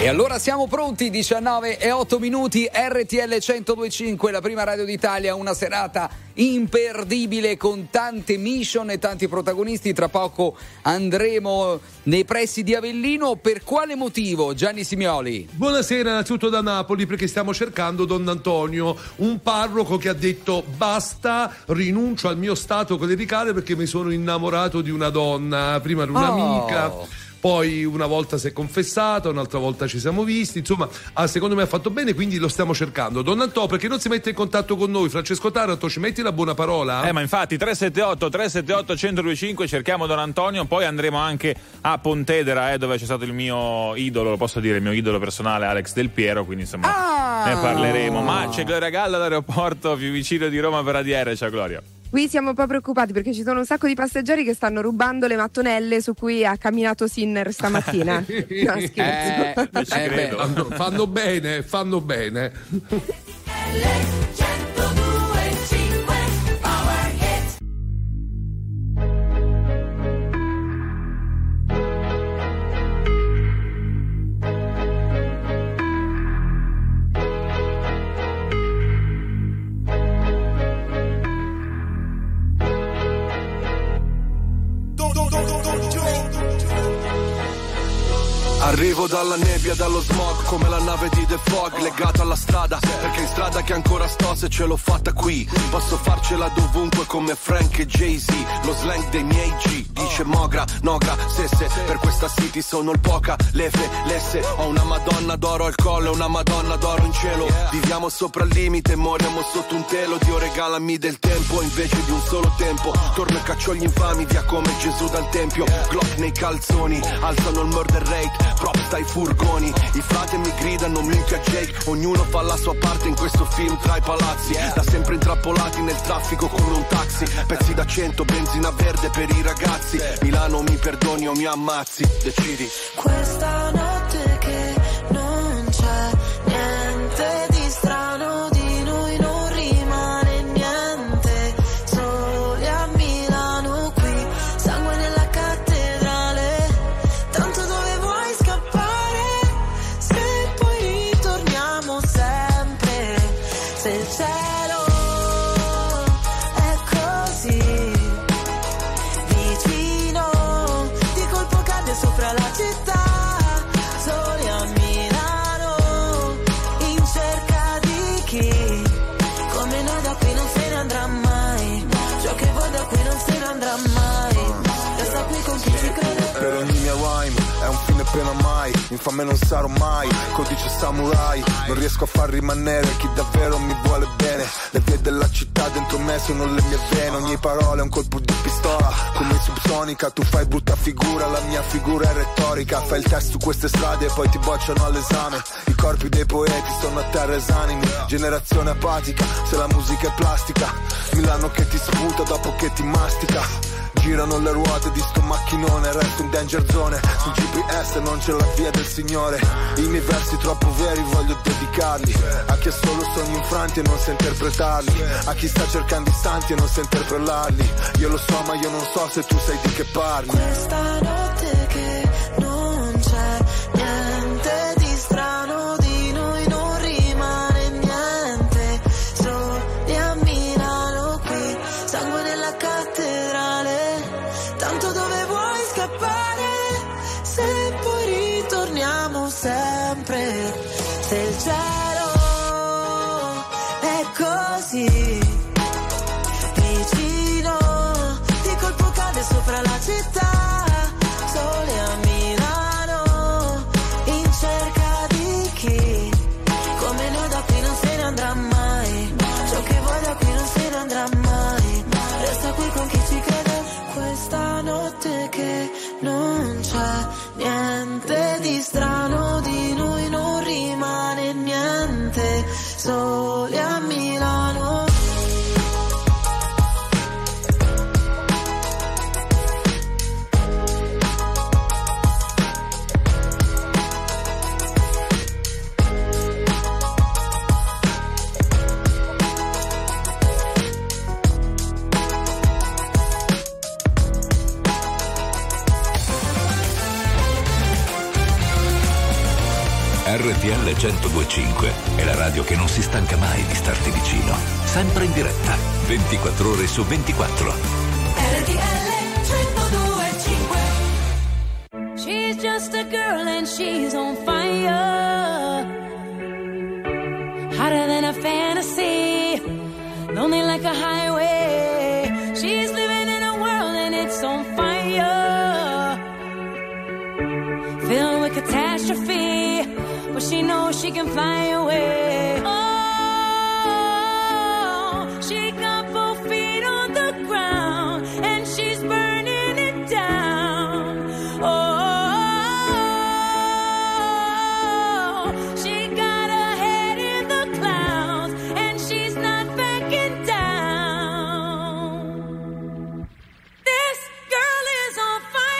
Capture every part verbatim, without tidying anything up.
E allora siamo pronti, diciannove e otto minuti, R T L centodue e cinque, la prima radio d'Italia, una serata imperdibile con tante mission e tanti protagonisti. Tra poco andremo nei pressi di Avellino. Per quale motivo, Gianni Simioli? Buonasera, innanzitutto da Napoli, perché stiamo cercando Don Antonio, un parroco che ha detto basta, rinuncio al mio stato clericale perché mi sono innamorato di una donna, prima di un'amica. Oh. Poi una volta si è confessata, un'altra volta ci siamo visti, insomma, ah, secondo me ha fatto bene, quindi lo stiamo cercando. Don Antò, perché non si mette in contatto con noi? Francesco Taranto, ci metti la buona parola? Eh, ma infatti tre sette otto tre sette otto uno zero due cinque, cerchiamo Don Antonio, poi andremo anche a Pontedera, eh, dove c'è stato il mio idolo, lo posso dire, il mio idolo personale, Alex Del Piero, quindi insomma ah! ne parleremo. Ma c'è Gloria Galla all'aeroporto più vicino di Roma per A D R, ciao Gloria. Qui siamo un po' preoccupati perché ci sono un sacco di passeggeri che stanno rubando le mattonelle su cui ha camminato Sinner stamattina. No, scherzo. Eh, eh, beh, fanno, fanno bene, fanno bene. Arrivo dalla nebbia, dallo smog, come la nave di The Fog, legata alla strada, perché in strada che ancora sto se ce l'ho fatta qui. Posso farcela dovunque come Frank e Jay-Z, lo slang dei miei G, dice Mogra, Nogra, Sesse, per questa city sono il poca, lefe, lesse, ho una madonna d'oro al collo e una madonna d'oro in cielo. Viviamo sopra il limite, moriamo sotto un telo, Dio regalami del tempo invece di un solo tempo. Torno e caccio gli infami via come Gesù dal tempio, Glock nei calzoni, alzano il murder rate, props dai furgoni, i frate mi gridano minchia Jake, ognuno fa la sua parte in questo film tra i palazzi, da sempre intrappolati nel traffico come un taxi, pezzi da cento, benzina verde per i ragazzi, Milano mi perdoni o mi ammazzi, decidi. Questa notte che non c'è niente di strano, di noi non rimane niente, soli a Milano qui, sangue nella cattedrale, tanto dove vuoi scappare, se poi ritorniamo sempre, se il cielo è così vicino, di colpo cade sopra la città, soli a Milano, in cerca di chi, come noi da qui non se ne andrà mai, ciò che vuoi da qui non se ne andrà mai, resta qui con chi ci crede. Per ogni mia rhyme è un fine pena mai, infame non sarò mai, codice samurai, non riesco a far rimanere chi davvero mi vuole bene, le vie della città dentro me sono le mie vene, ogni parola è un colpo di pistola, come in subsonica, tu fai brutta figura, la mia figura è retorica, fai il test su queste strade e poi ti bocciano all'esame, i corpi dei poeti sono a terra esanimi, generazione apatica, se la musica è plastica, Milano che ti sputa dopo che ti mastica. Girano le ruote di sto macchinone, resto in danger zone, sul G P S non c'è la via del Signore, i miei versi troppo veri voglio dedicarli, a chi ha solo sogni infranti e non sa interpretarli, a chi sta cercando i santi e non sa interpellarli, io lo so ma io non so se tu sai di che parli. Questa notte che non c'è niente di strano, di noi non rimane niente, soli a Milano qui, sangue nella cattedrale, tanto dove vuoi scappare, se poi ritorniamo sempre, se il cielo è così vicino, di colpo cade sopra la città, sole a Milano, in cerca di chi, come noi da qui non se ne andrà mai, ciò che vuoi da qui non se ne andrà mai, resta qui con chi ci crede. Questa notte che non c'è niente di strano, di noi non rimane niente. R T L centodue e cinque è la radio che non si stanca mai di starti vicino. Sempre in diretta, ventiquattro ore su ventiquattro. R T L centodue e cinque. She's just a girl and she's on fire. Hotter than a fantasy. Lonely like a highway. She's living in a world and it's on fire. Filled with catastrophe, but she knows she can fly away. Oh, she got both feet on the ground and she's burning it down. Oh, she got her head in the clouds and she's not backing down. This girl is on fire.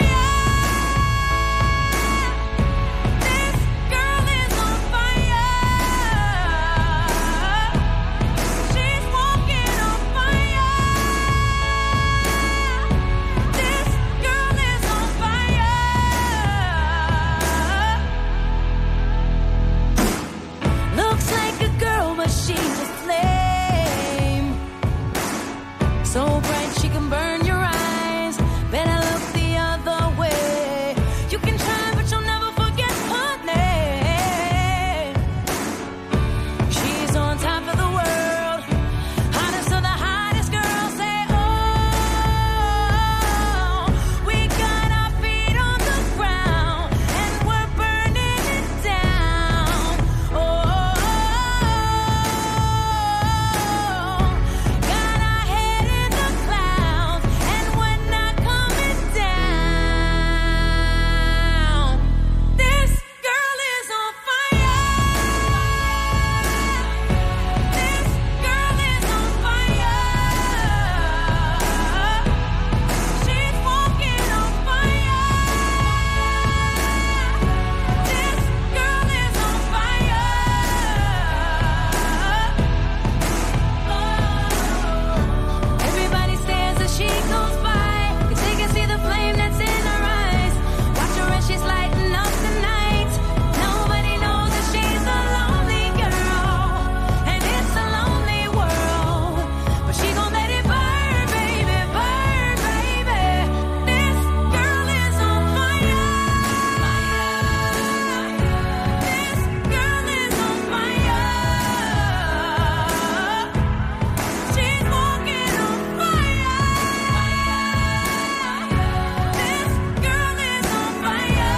So bright she can burn your eyes. Better look the other way. You can try but you'll never forget her name. She's on top of the world, hottest of the hottest girls. Say oh, we got our feet on the ground and we're burning it down. Oh, got our head in the clouds and we're not coming down. This girl is on fire. This girl is on fire. She's walking on fire. This girl is on fire. Everybody stares as she goes by, 'cause they can see the flame that's in her eyes. Watch her as she's lighting up the night. Nobody knows that she's a lonely girl, and it's a lonely world. But she gon' let it burn, baby, burn, baby. This girl is on fire. This girl is on fire. She's walking on fire. This girl is on fire.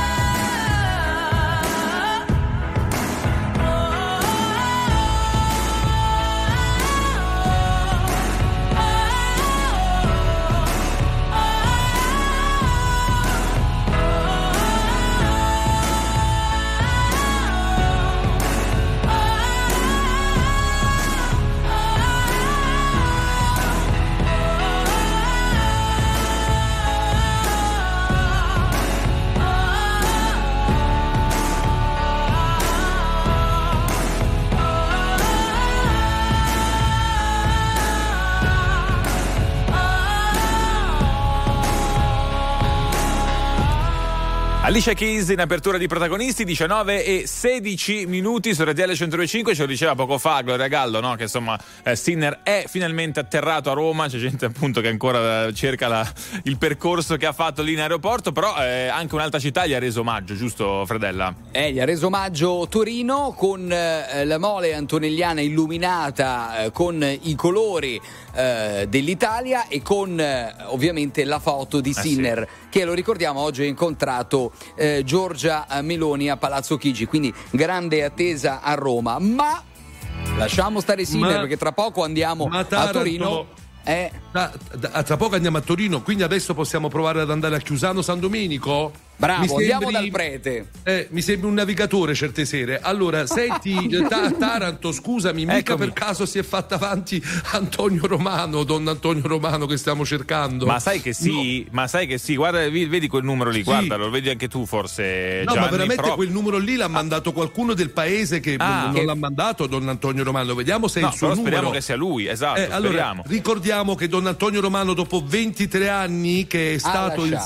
Alicia Keys in apertura di Protagonisti, diciannove e sedici minuti su R T L centodue e cinque. Ce lo diceva poco fa Gloria Gallo, no? Che insomma eh, Sinner è finalmente atterrato a Roma. C'è gente appunto che ancora eh, cerca la, il percorso che ha fatto lì in aeroporto, però eh, anche un'altra città gli ha reso omaggio, giusto Fredella? Eh, gli ha reso omaggio Torino con eh, la mole antonelliana illuminata eh, con i colori eh, dell'Italia e con eh, ovviamente la foto di Eh, Sinner, sì. che lo ricordiamo oggi ha incontrato eh, Giorgia Meloni a Palazzo Chigi, quindi grande attesa a Roma. Ma lasciamo stare Sinner, Ma- perché tra poco andiamo ma a Taranto- Torino. Eh, Da- da- tra poco andiamo a Torino, quindi adesso possiamo provare ad andare a Chiusano San Domenico? bravo, Mi sembri- andiamo dal prete. Eh, mi sembri un navigatore certe sere. Allora, senti, ta- Taranto, scusami, mica Eccomi. per caso si è fatta avanti Antonio Romano, don Antonio Romano che stiamo cercando? Ma sai che sì, ma sai che sì, guarda, vi- vedi quel numero lì, Sì. guardalo, lo vedi anche tu forse. No, Gianni, ma veramente però- quel numero lì l'ha mandato qualcuno del paese che Ah, non che- l'ha mandato don Antonio Romano. Vediamo se è No, il suo però numero. speriamo che sia lui, esatto, Eh, allora, speriamo. ricordiamo che don Antonio Romano, dopo ventitré anni che è stato il, sa- lasciato.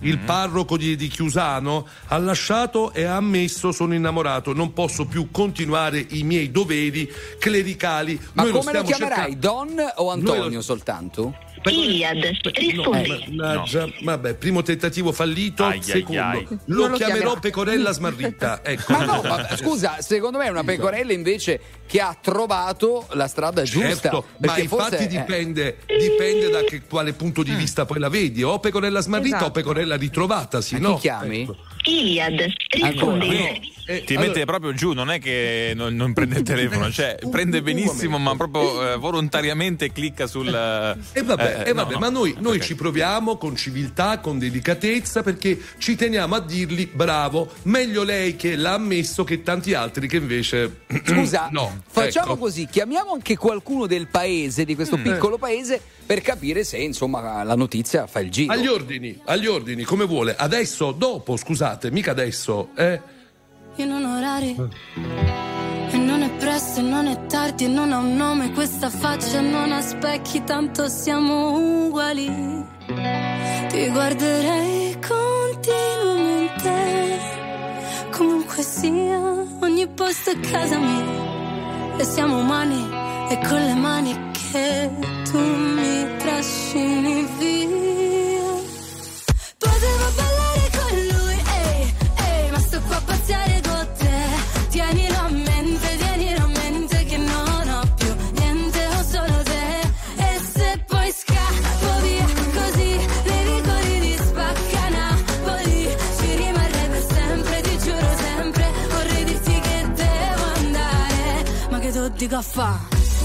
il mm. parroco di, di Chiusano ha lasciato e ha ammesso: sono innamorato, non posso più continuare i miei doveri clericali. Ma Noi come lo, lo chiamerai? cercando... Don o Antonio lo... soltanto? Iliad, rispondi. No, no. Vabbè, primo tentativo fallito. Ai, secondo, ai, ai. lo, lo chiamerò chiamerà. pecorella smarrita. Ecco. Ma no, ma scusa, secondo me è una pecorella invece che ha trovato la strada giusta. Certo, ma infatti forse, dipende, eh. dipende da che, quale punto di vista poi la vedi. O pecorella smarrita Esatto. o pecorella ritrovata. Sì, Ma no? chi chiami? Ecco. Iliad, Ancora? rispondi. Eh, Ti allora- mette proprio giù, non è che non, non prende il telefono, cioè prende benissimo, ma proprio eh, volontariamente clicca sul. E vabbè, eh, e vabbè no, no. ma noi, noi Ok. ci proviamo con civiltà, con delicatezza, perché ci teniamo a dirgli bravo, meglio lei che l'ha ammesso che tanti altri che invece Scusa, no. facciamo ecco. così, chiamiamo anche qualcuno del paese, di questo piccolo paese, per capire se insomma la notizia fa il giro. Agli ordini, agli ordini, come vuole. Adesso, dopo, scusate, mica adesso, eh? Io non ho orari e non è presto e non è tardi e non ha un nome questa faccia, non ha specchi, tanto siamo uguali. Ti guarderei continuamente, comunque sia, ogni posto è casa mia. E siamo umani e con le mani che tu mi trascini via. Potevo ballare con lui, ehi, ehi, ma sto qua a pazziare con te. Tienilo a mente, tienilo a mente che non ho più niente, ho solo te. E se poi scappo via così, nei vicoli di Spacca Napoli, ci rimarrei per sempre, ti giuro sempre. Vorrei dirti che devo andare, ma che tu dico a fa'?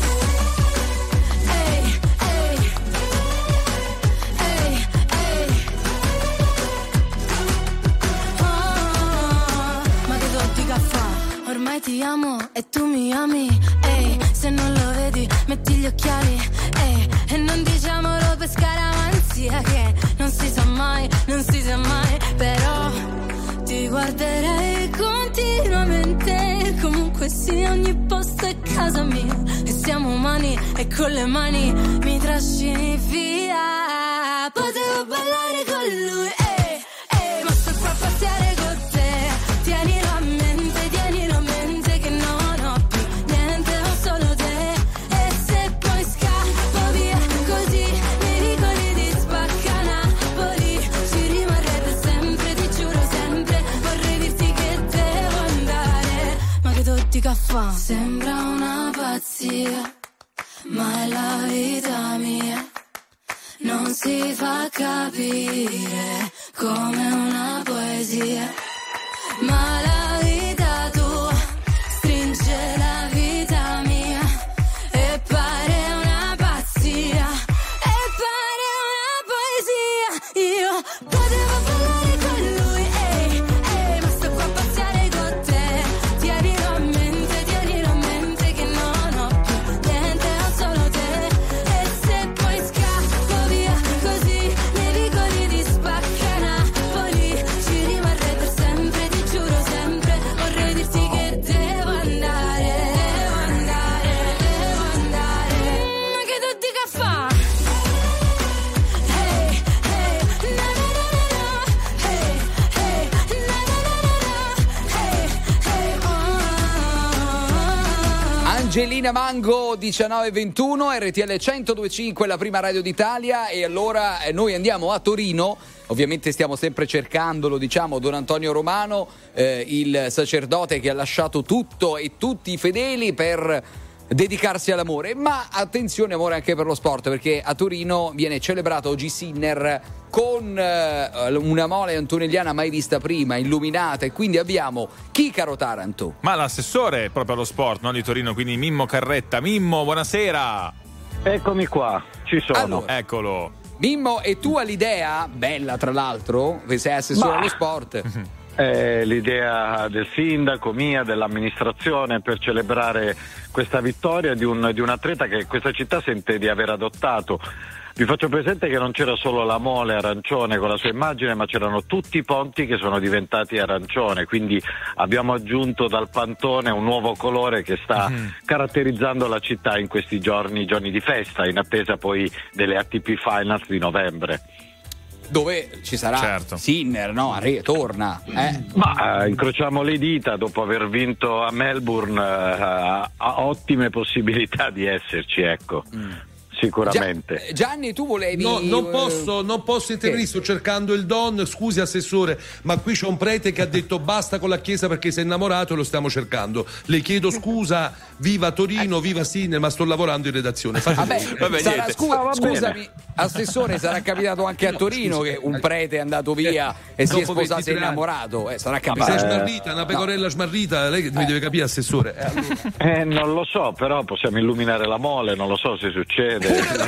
Ehi, ehi, ehi, ehi. Oh, ma che tu dico a fa'? Ormai ti amo e tu mi ami, ehi, se non lo vedi metti gli occhiali, ehi, e non diciamolo per scaramanzia che non si sa mai, non si sa mai, però ti guarderei continuamente, comunque sia, ogni posto è casa mia, e siamo umani e con le mani mi trascini via. Potevo ballare con lui, ehi, ehi, ma sto qua a pazziare con te. Tienilo a mente, tienilo a mente che non ho più niente, ho solo te. E se poi scappo via così, nei vicoli di Spacca Napoli, ci rimarrei per sempre, ti giuro sempre. Vorrei dirti che devo andare, ma che tu dica fa'? Sembra una pazzia, ma è la vita mia. Non si fa capire come una poesia, ma la vita tua stringe la vita mia e pare una pazzia, e pare una poesia. Io potevo ballare con lui, ehi, ehi, ma sto qua a pazziare con te. Tienilo a mente, tienilo a mente che non ho più niente, ho solo te. E se poi scappo via così, nei vicoli di Spacca Napoli, ci rimarrei per sempre, ti giuro sempre. Vorrei dirti che devo andare, devo andare, devo andare, ma che tu dica fa'? Hey, hey, na na na na na, hey, hey, na na na na na, hey, hey, oh. Angelina Mango diciannove ventuno, R T L centodue e cinque, la prima radio d'Italia. E allora eh, noi andiamo a Torino. Ovviamente stiamo sempre cercandolo, diciamo, Don Antonio Romano, eh, il sacerdote che ha lasciato tutto e tutti i fedeli per dedicarsi all'amore. Ma attenzione, amore, anche per lo sport, perché a Torino viene celebrato oggi Sinner con eh, una mole antonelliana mai vista prima, illuminata, e quindi abbiamo chi, caro Taranto? Ma l'assessore proprio allo sport, no, di Torino, quindi Mimmo Carretta. Mimmo, buonasera. Eccomi qua, ci sono. Allora, Eccolo. Mimmo, e tu hai l'idea, bella tra l'altro, che sei assessore Ma- allo sport, È l'idea del sindaco, mia, dell'amministrazione, per celebrare questa vittoria di un, di un atleta che questa città sente di aver adottato. Vi faccio presente che non c'era solo la mole arancione con la sua immagine, ma c'erano tutti i ponti che sono diventati arancione, quindi abbiamo aggiunto dal Pantone un nuovo colore che sta mm-hmm. caratterizzando la città in questi giorni, giorni di festa, in attesa poi delle A T P Finals di novembre. dove ci sarà certo. Sinner, no? Re, torna. Eh. Ma eh, incrociamo le dita, dopo aver vinto a Melbourne eh, ha ottime possibilità di esserci, ecco. Mm. Sicuramente. Gianni, tu volevi. No, non posso, non posso intervenire. Sto cercando il Don. Scusi, assessore, ma qui c'è un prete che ha detto basta con la chiesa perché si è innamorato e lo stiamo cercando. Le chiedo scusa, viva Torino, viva Sinner, ma sto lavorando in redazione. Vabbè, vabbè, sarà, scu- ah, scusami, assessore, sarà capitato anche a Torino che un prete è andato via e si è sposato, si è innamorato. Eh, sarà capitato. Ma sei smarrita, una pecorella no. smarrita, lei che mi deve capire, assessore. Eh, allora. eh, non lo so, però possiamo illuminare la mole, non lo so se succede.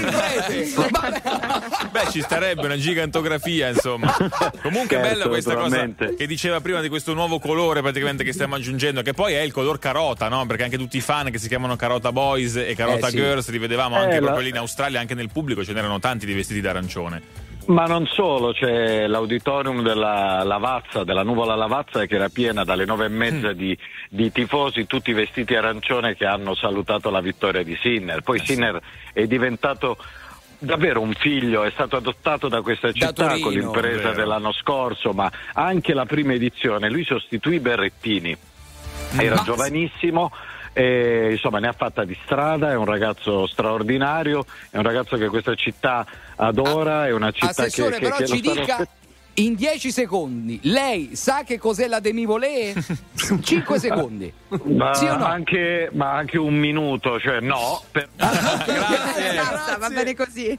Beh, ci starebbe una gigantografia, insomma. Comunque è certo, bella questa cosa che diceva prima di questo nuovo colore praticamente che stiamo aggiungendo, che poi è il color carota, no? Perché anche tutti i fan che si chiamano Carota Boys e Carota eh, sì. Girls li vedevamo eh, anche la... proprio lì in Australia, anche nel pubblico ce n'erano tanti di vestiti d'arancione. Ma non solo, c'è l'auditorium della Lavazza, della Nuvola Lavazza, che era piena dalle nove e mezza mm. di, di tifosi, tutti vestiti arancione, che hanno salutato la vittoria di Sinner. Poi eh, Sinner sì. è diventato davvero un figlio, è stato adottato da questa città da Torino, con l'impresa vero. dell'anno scorso, ma anche la prima edizione lui sostituì Berrettini, era ma... giovanissimo. E, insomma, ne ha fatta di strada, è un ragazzo straordinario, è un ragazzo che questa città adora, è una città Assessore, che, che, però che ci dica aspett- in dieci secondi, lei sa che cos'è la demi-volée? cinque secondi. Ma, sì o no? anche, ma anche un minuto, cioè no. Per... Grazie. Grazie. Va bene così.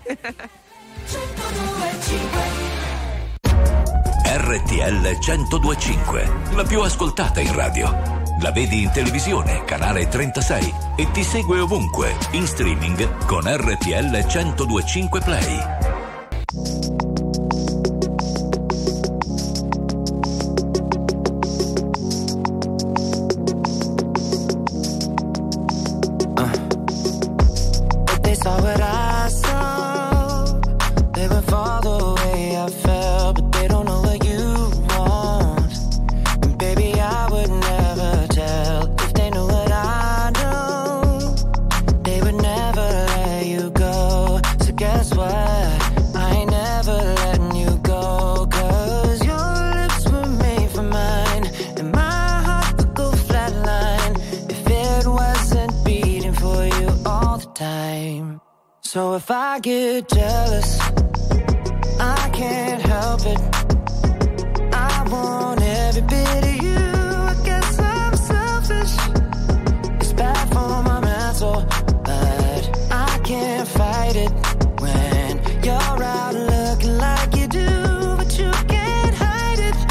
R T L centodue e cinque, la più ascoltata in radio. La vedi in televisione, canale trentasei, e ti segue ovunque, in streaming con R T L centodue e cinque Play. So if I get jealous, I can't help it. I want every bit of you. I guess I'm selfish. It's bad for my mental, but I can't fight it. When you're out looking like you do, but you can't hide it.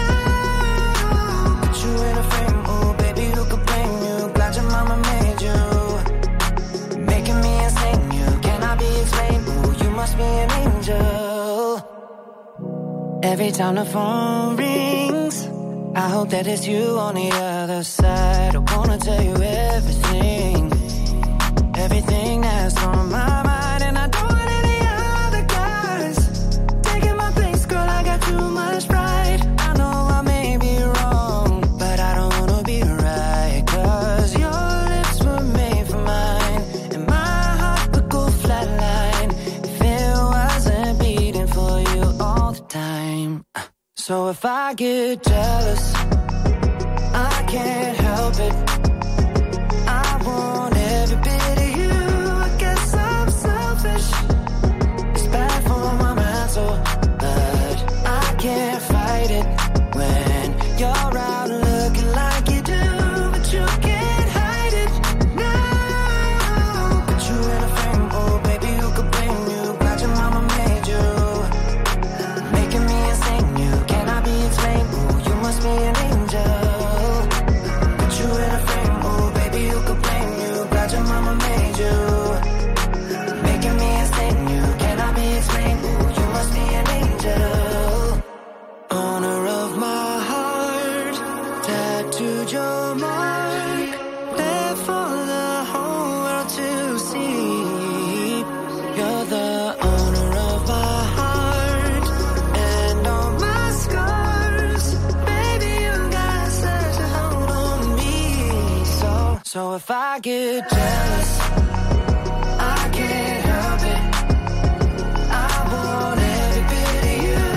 No, put you in a frame, oh baby, who could blame you? Glad your mama made you, making me insane. Must be an angel. Every time the phone rings, I hope that it's you on the other side. I wanna tell you everything, everything that's on my mind. And I don't want any other guys taking my place, girl, I got too much pride. I know I may be wrong, but I don't wanna be right. Cause your lips were made for mine, and my heart would go flatline for you all the time. So if I get jealous, I can't help it. I want every bit of you. I guess I'm selfish. It's bad for my mental, but I can't fight it. When you're out looking like you do, but you can't hide it. No, put you in a frame, oh baby, who could blame you? Glad your mama made you. Must be an angel. Put you in a frame, oh baby, who could blame you? Glad your mama made you, making me insane. You cannot be explained. Oh, you must be an angel. Owner of my heart, tattooed your mark, there for the whole world to see. You're the owner of my heart and all my scars. So if I get jealous, I can't help it. I want every bit of you.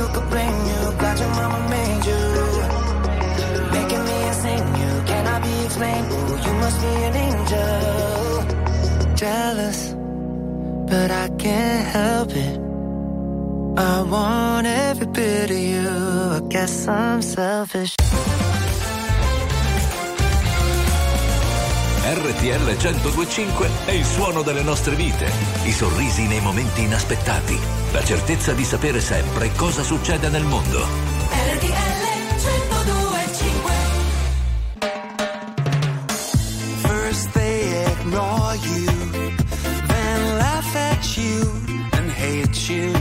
look brand new. Glad your mama made you, making me insane. You cannot be explained. Ooh, you must be an angel. Jealous, but I can't help it. I want every bit of you. I guess I'm selfish. R T L centodue e cinque è il suono delle nostre vite, i sorrisi nei momenti inaspettati, la certezza di sapere sempre cosa succede nel mondo. R T L centodue e cinque. First they ignore you, then laugh at you and hate you.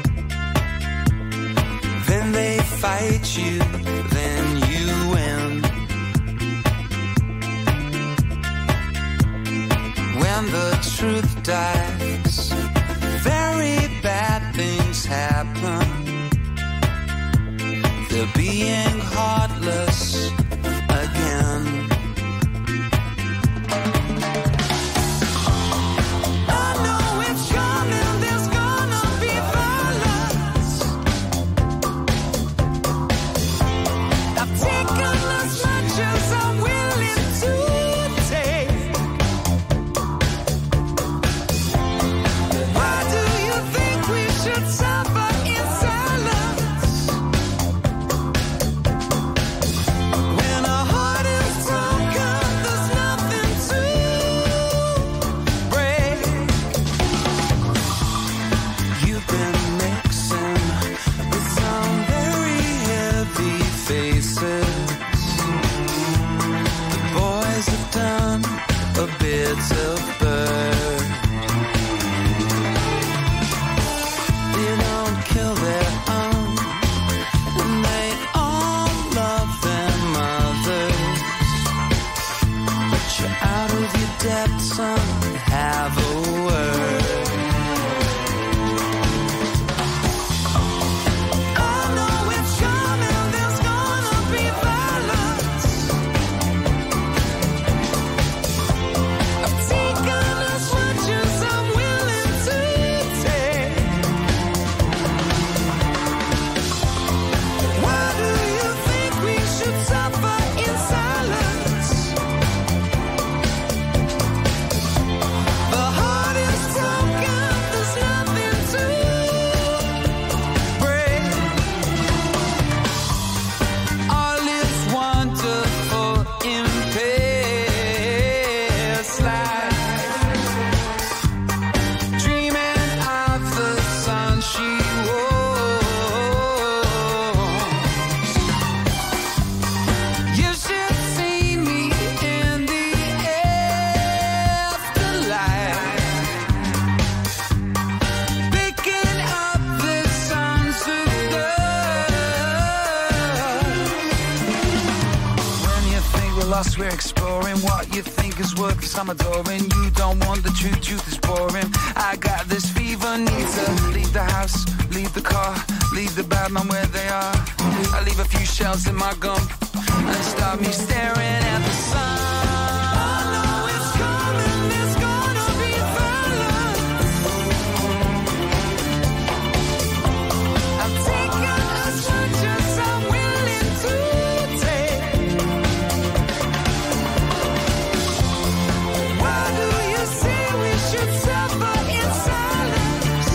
Then they fight you, then you win. When the truth dies, very bad things happen. They're being heartless again. I know it's coming, there's gonna be violence. I've taken as much as I'm willing to take. Why do you think we should suffer in silence? When our heart is broken, there's nothing to break. You've been mixing with some very heavy faces. The boys have done a bit of bird. They don't kill their own, and they all love their mothers. But you're out of your depth, son, have a word. I know it's coming, there's gonna be violence. I've taken as much as I'm willing to take. Why do you think we should suffer in silence? The heart is broken, there's nothing to break. All is wonderful in past life. Dreaming of the sun she wore. You should see me in the afterlife, picking up the songs of love. When you think we're lost, we're exploring what you think is worth, cause I'm adoring. You don't want the truth, truth is boring. I got this fever, need to leave the house, leave the car, leave the bad man where they are. I leave a few shells in my gum and start me staring at the sun. I know it's coming, there's gonna be violence. I've taken as much as I'm willing to take. Why do you say we should suffer in silence?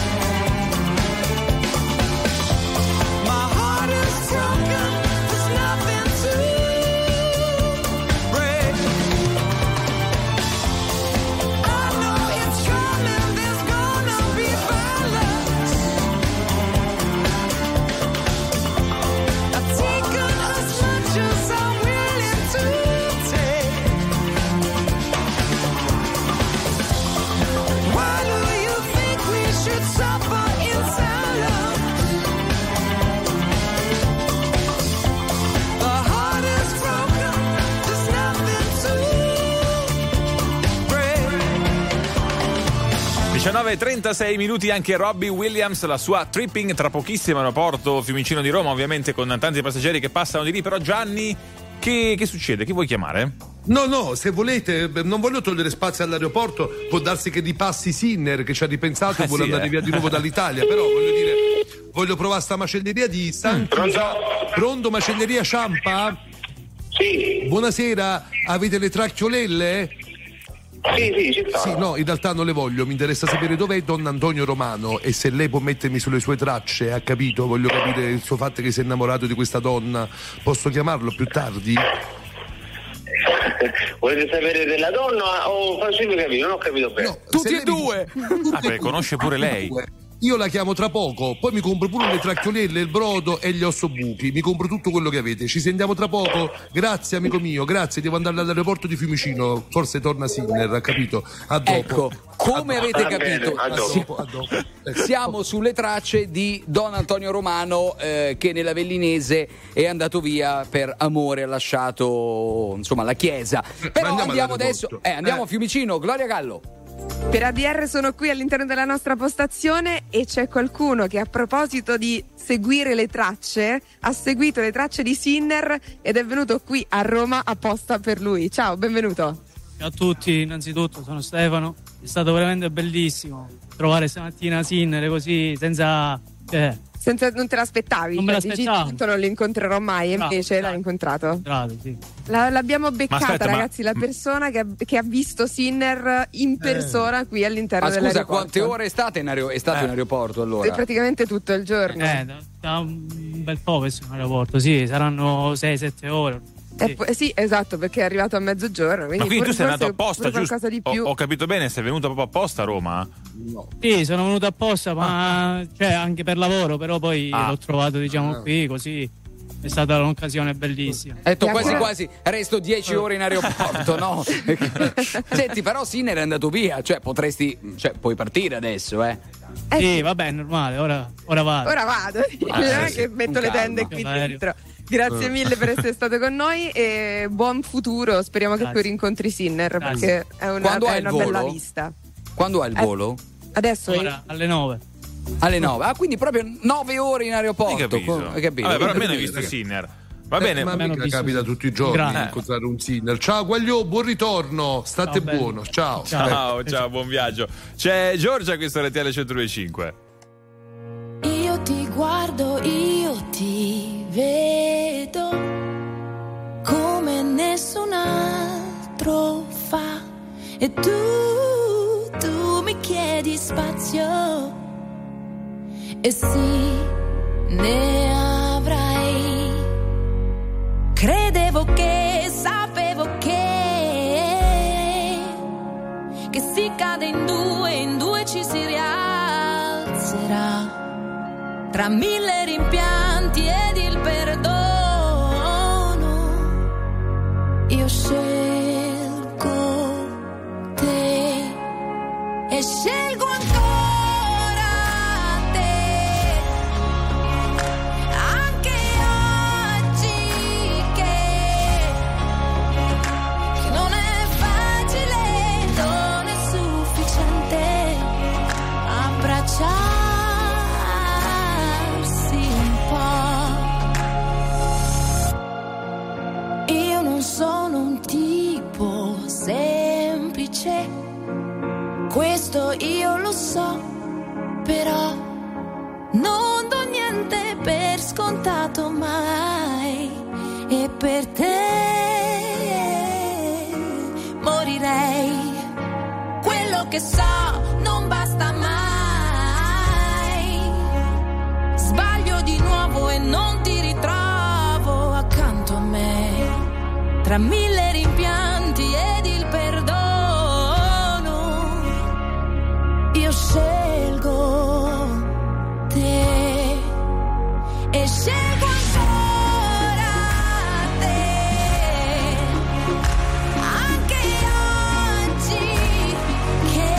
My heart is broken, there's nothing to break. I know it's coming, there's gonna be violence. I've taken as much as I'm willing to take. Why do you think we should suffer in silence? The heart is broken, there's nothing to break. diciannove e trentasei minuti, anche Robbie Williams, la sua Tripping, tra pochissimo aeroporto Fiumicino di Roma, ovviamente con tanti passeggeri che passano di lì. Però Gianni, che, che succede? Chi vuoi chiamare? No, no, se volete, non voglio togliere spazio all'aeroporto, può darsi che ripassi Sinner che ci ha ripensato e Eh vuole sì, andare eh. via di nuovo dall'Italia, però voglio dire, voglio provare sta macelleria di San Pronto? Pronto, macelleria Ciampa? Sì. Buonasera, avete le tracchiolelle? Sì, sì, ci sta. Sì, no, in realtà non le voglio, mi interessa sapere dov'è Don Antonio Romano e se lei può mettermi sulle sue tracce, ha capito? Voglio capire il suo fatto che si è innamorato di questa donna. Posso chiamarlo più tardi? Volete sapere della donna o faccio capire? Non ho capito bene. No, tutti e due. Ah, perché conosce pure lei. Io la chiamo tra poco, poi mi compro pure le tracchiolelle, il brodo e gli ossobuchi. Mi compro tutto quello che avete. Ci sentiamo tra poco. Grazie, amico mio, grazie. Devo andare all'aeroporto di Fiumicino. Forse torna Sinner, ha capito? A dopo. Ecco, come avete Va bene, capito, a dopo. si- A dopo. Ecco. siamo sulle tracce di Don Antonio Romano eh, che nella Vellinese è andato via per amore, ha lasciato insomma la chiesa. Però andiamo andiamo all'aeroporto. adesso, eh, andiamo Eh. a Fiumicino. Gloria Gallo. Per A D R sono qui all'interno della nostra postazione e c'è qualcuno che a proposito di seguire le tracce ha seguito le tracce di Sinner ed è venuto qui a Roma apposta per lui. Ciao, benvenuto. Ciao a tutti, innanzitutto sono Stefano, è stato veramente bellissimo trovare stamattina Sinner così senza... Eh, Senza, non te l'aspettavi? Non me Cioè, dici, l'aspettavo. tanto non li incontrerò mai, e Bravo, invece l'hai bravo. incontrato. Bravo, sì. La- l'abbiamo beccata, aspetta, ma- ragazzi, la persona che ha, che ha visto Sinner in persona qui all'interno Ma scusa, dell'aeroporto. quante ore è stata in, aereo- è stato Eh. in aeroporto Sì, allora? praticamente tutto il giorno. Eh, da, da un bel po' che sono in aeroporto, sì, saranno sei sette ore. E Sì. poi- sì, esatto, perché è arrivato a mezzogiorno. Quindi, Ma quindi tu sei forse- andato apposta, forse giusto? qualcosa di Ho, più. ho capito bene, sei venuto proprio apposta a Roma? Sì, sono venuto apposta, ma cioè, anche per lavoro, però poi Ah. l'ho trovato, diciamo, qui, così è stata un'occasione bellissima. Ha detto E quasi ancora- quasi resto dieci ore in aeroporto, no? Senti, però Sinner è andato via, cioè potresti, cioè puoi partire adesso, eh? Eh, Sì, va bene, normale, ora, ora vado. Ora vado, Ah, non è sì, che sì, metto con le calma. tende qui Aereo. dentro. Grazie mille per essere stato con noi e buon futuro. Speriamo che Grazie. tu rincontri Sinner Grazie. perché è una, Quando è hai il una bella volo? vista. Quando ha il Eh, volo? Adesso Ora alle nove. Alle nove. Ah, quindi proprio nove ore in aeroporto. Hai capito? Co- Hai capito? Vabbè, però almeno hai Hai visto capito? Sinner. Va Eh, bene, ma almeno mica visto- capita tutti i giorni Grazie. incontrare un Sinner. Ciao Guagliò, buon ritorno, state Ciao, bello. buono, ciao. Ciao. ciao, ciao, buon viaggio. C'è Giorgia qui su R T L centodue e cinque. Io ti guardo, io ti vedo come nessun altro fa e tu, tu mi chiedi spazio e sì, ne avrai. Credevo che, sapevo che che si cade in due, in due ci si rialzerà. Tra mille rimpianti ed il perdono, io scelgo te e scelgo ancora te, anche oggi che, che non è facile, non è sufficiente abbracciare. Sono un tipo semplice, questo io lo so, però non do niente per scontato mai e per te morirei. Quello che so non basta mai, sbaglio di nuovo e non ti ritrovo accanto a me. Tra mille rimpianti ed il perdono, io scelgo te e scelgo ancora te, anche oggi che,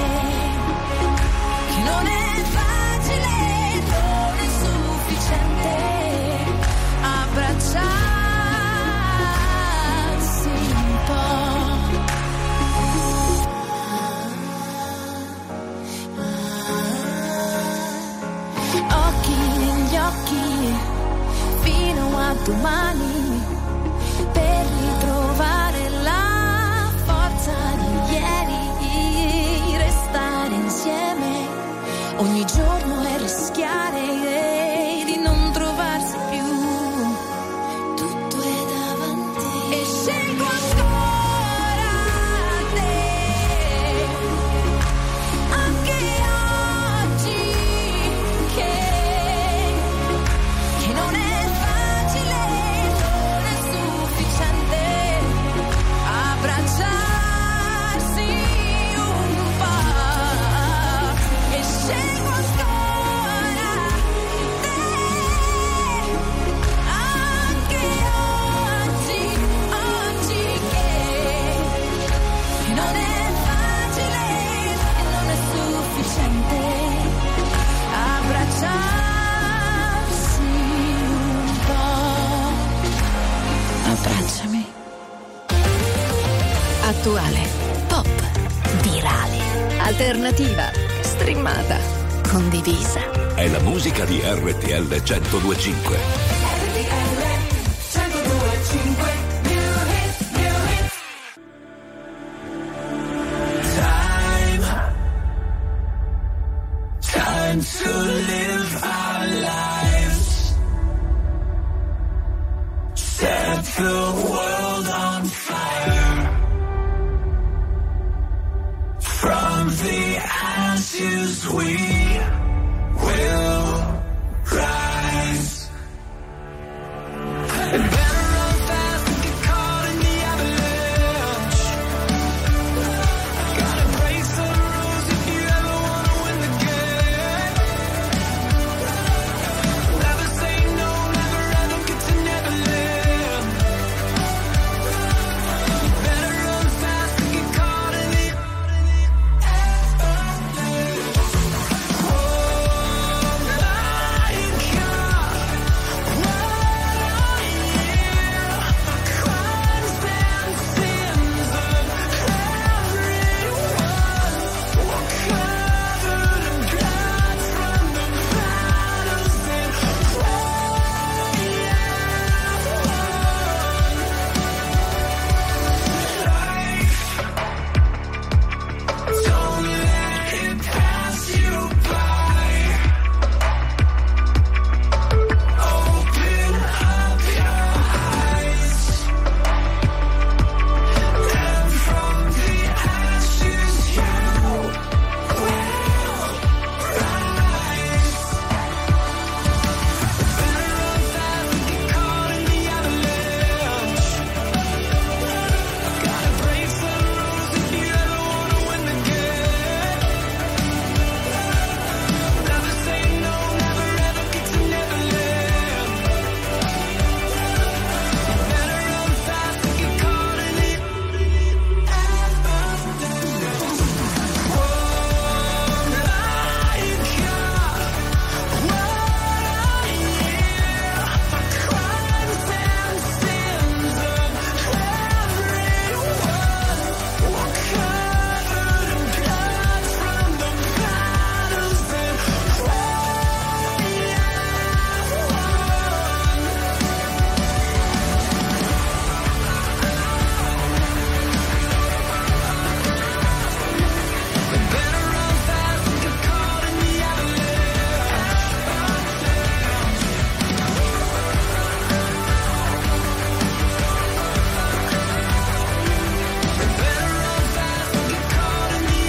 che non è facile, non è sufficiente abbracciare. Fino a domani per ritrovare la forza di ieri, restare insieme ogni giorno e rischiare attuale, pop, virale, alternativa, streamata, condivisa. È la musica di R T L centodue e cinque. R T L centodue e cinque. Time to live our lives, set the world on fire, from the ashes we will rise. And better run fast than get caught in the avalanche. Gotta break some rules if you ever wanna win the game. Never say no, never ever get to Neverland. Better run fast than get caught in the avalanche. Oh my God, what a year. Crimes and sins of everyone were covered in blood from the battles that we have won. Life, don't let it pass you by. Open up your eyes, and from the ashes you will rise. Better run fast than get caught in the avalanche. Gotta break some rules if you ever wanna win the game. Never say no, never ever get to Neverland. Better run fast than get caught in the avalanche. Oh my God, what a year. Crimes and sins of everyone were covered in blood from the battles that we have won. Better run fast and get caught in the avalanche. Better run fast and get caught in the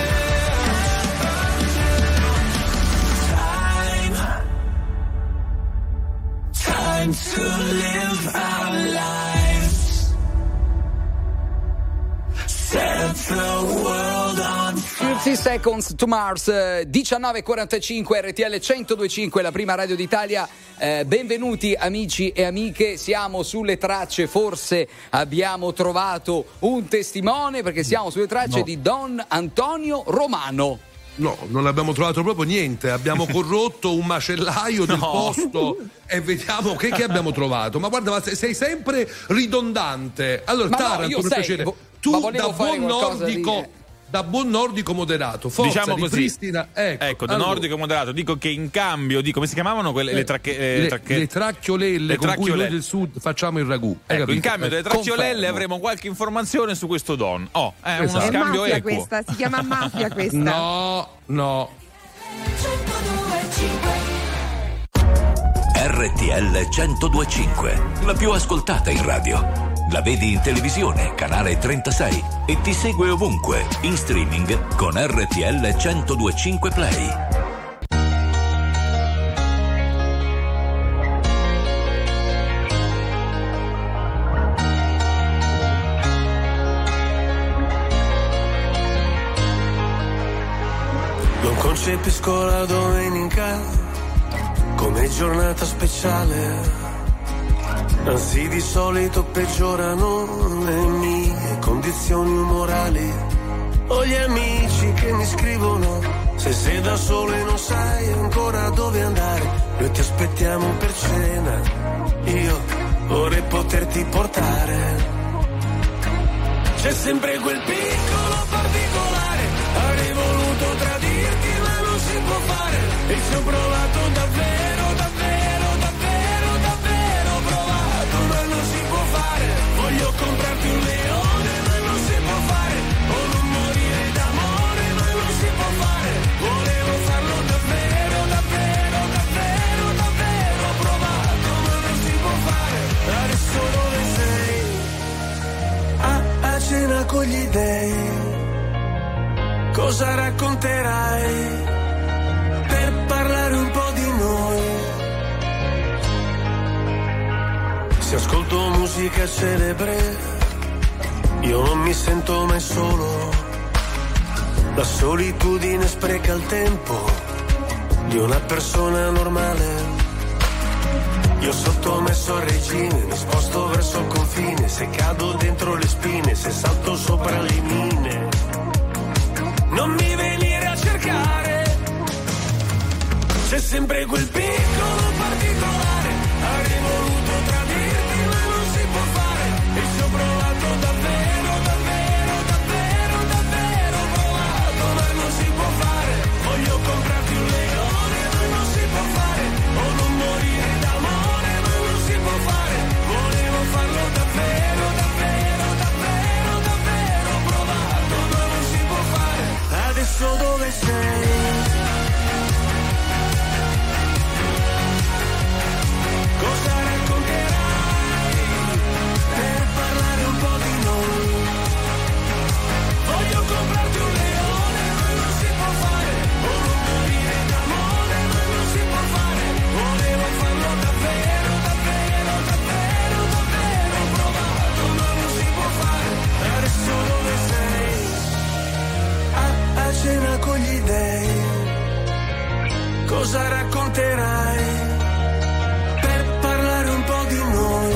avalanche. Time, time to live our lives, set the world on fire. thirty Seconds to Mars, eh, diciannove e quarantacinque, R T L centodue e cinque, la prima radio d'Italia. Eh, benvenuti amici e amiche, siamo sulle tracce, forse abbiamo trovato un testimone perché siamo sulle tracce No. di Don Antonio Romano. No, non abbiamo trovato proprio niente, abbiamo corrotto un macellaio del No. posto e vediamo che, che abbiamo trovato. Ma guarda, ma sei, sei sempre ridondante. Allora, Ma no, Taranto, io per sai, piacere, vo- tu ma da volevo fare buon qualcosa di- nordico, da buon nordico moderato, forza, Diciamo così. ripristina. Ecco, Ecco, da allora, nordico moderato, dico che in cambio di come si chiamavano quelle le, tracche, eh, le, tracche- le tracchiolelle le con cui noi tracchiolelle. del sud facciamo il ragù. Hai Ecco, in capito? cambio delle Eh, tracciolelle confermo. avremo qualche informazione su questo Don. Oh, è uno Esatto. È scambio mafia equo. questa, si chiama mafia questa. No, no. centodue e cinque. R T L centodue e cinque, la più ascoltata in radio. La vedi in televisione, canale trentasei, e ti segue ovunque, in streaming con R T L centodue e cinque Play. Non concepisco la domenica come giornata speciale, anzi di solito peggiorano le mie condizioni morali. Ho gli amici che mi scrivono: se sei da solo e non sai ancora dove andare, noi ti aspettiamo per cena, io vorrei poterti portare. C'è sempre quel piccolo particolare, avrei voluto tradirti ma non si può fare, e ci ho provato davvero, davvero, davvero, davvero provato, ma non si può fare, voglio comprarti un leone ma non si può fare, o non morire d'amore ma non si può fare, volevo farlo davvero, davvero, davvero, davvero provato, ma non si può fare, adesso dove sei? A cena con gli dèi, cosa racconterai per parlare un po' di noi? Se ascolto musica celebre, io non mi sento mai solo, la solitudine spreca il tempo di una persona normale. Io sottomesso al regime, mi sposto verso il confine, se cado dentro le spine, se salto sopra le mine. Non mi venire a cercare, c'è sempre quel piccolo particolare, avrei voluto tradirti ma non si può fare, e ci ho provato davvero, davvero, davvero, davvero provato, ma non si può fare, voglio comprarti un leone ma non si può fare, o non morire d'amore ma non si può fare, volevo farlo davvero, davvero, davvero, davvero provato, ma non si può fare, adesso dove sei? Cosa racconterai per parlare un po' di noi? Voglio comprarti un leone ma non si può fare, o non morire d'amore ma non si può fare, volevo farlo davvero, davvero, davvero, davvero provato, ma non si può fare, adesso dove sei? A, a cena con gli dèi, cosa racconterai per parlare un po' di noi?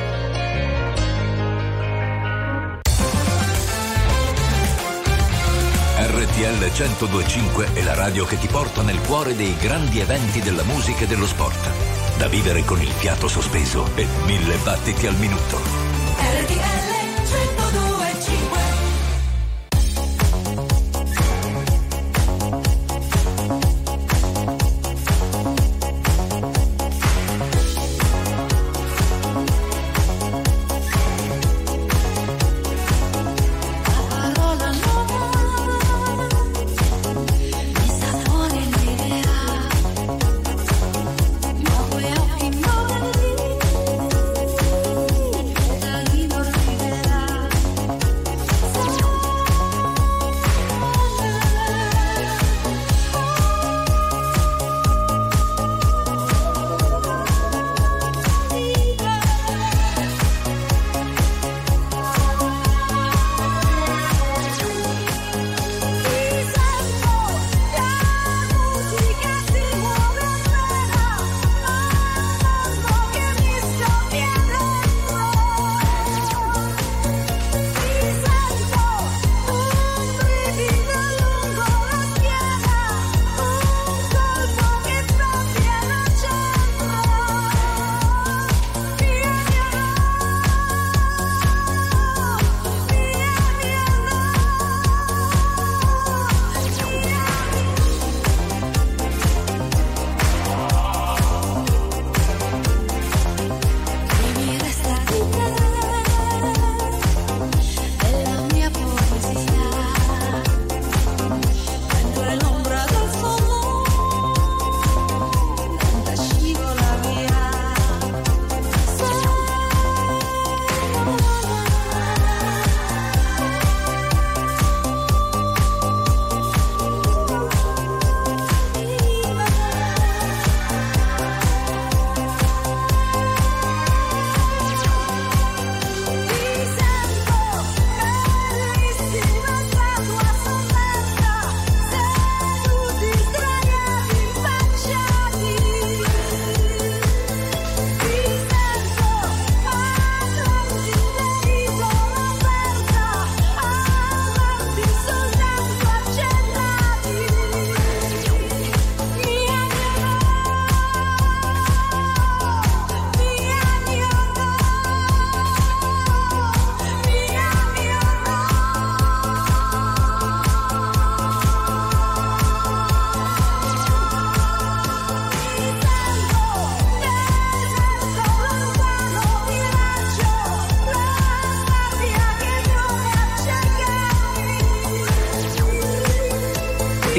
R T L centodue e cinque è la radio che ti porta nel cuore dei grandi eventi della musica e dello sport. Da vivere con il fiato sospeso e mille battiti al minuto. R T L centodue e cinque. Voy a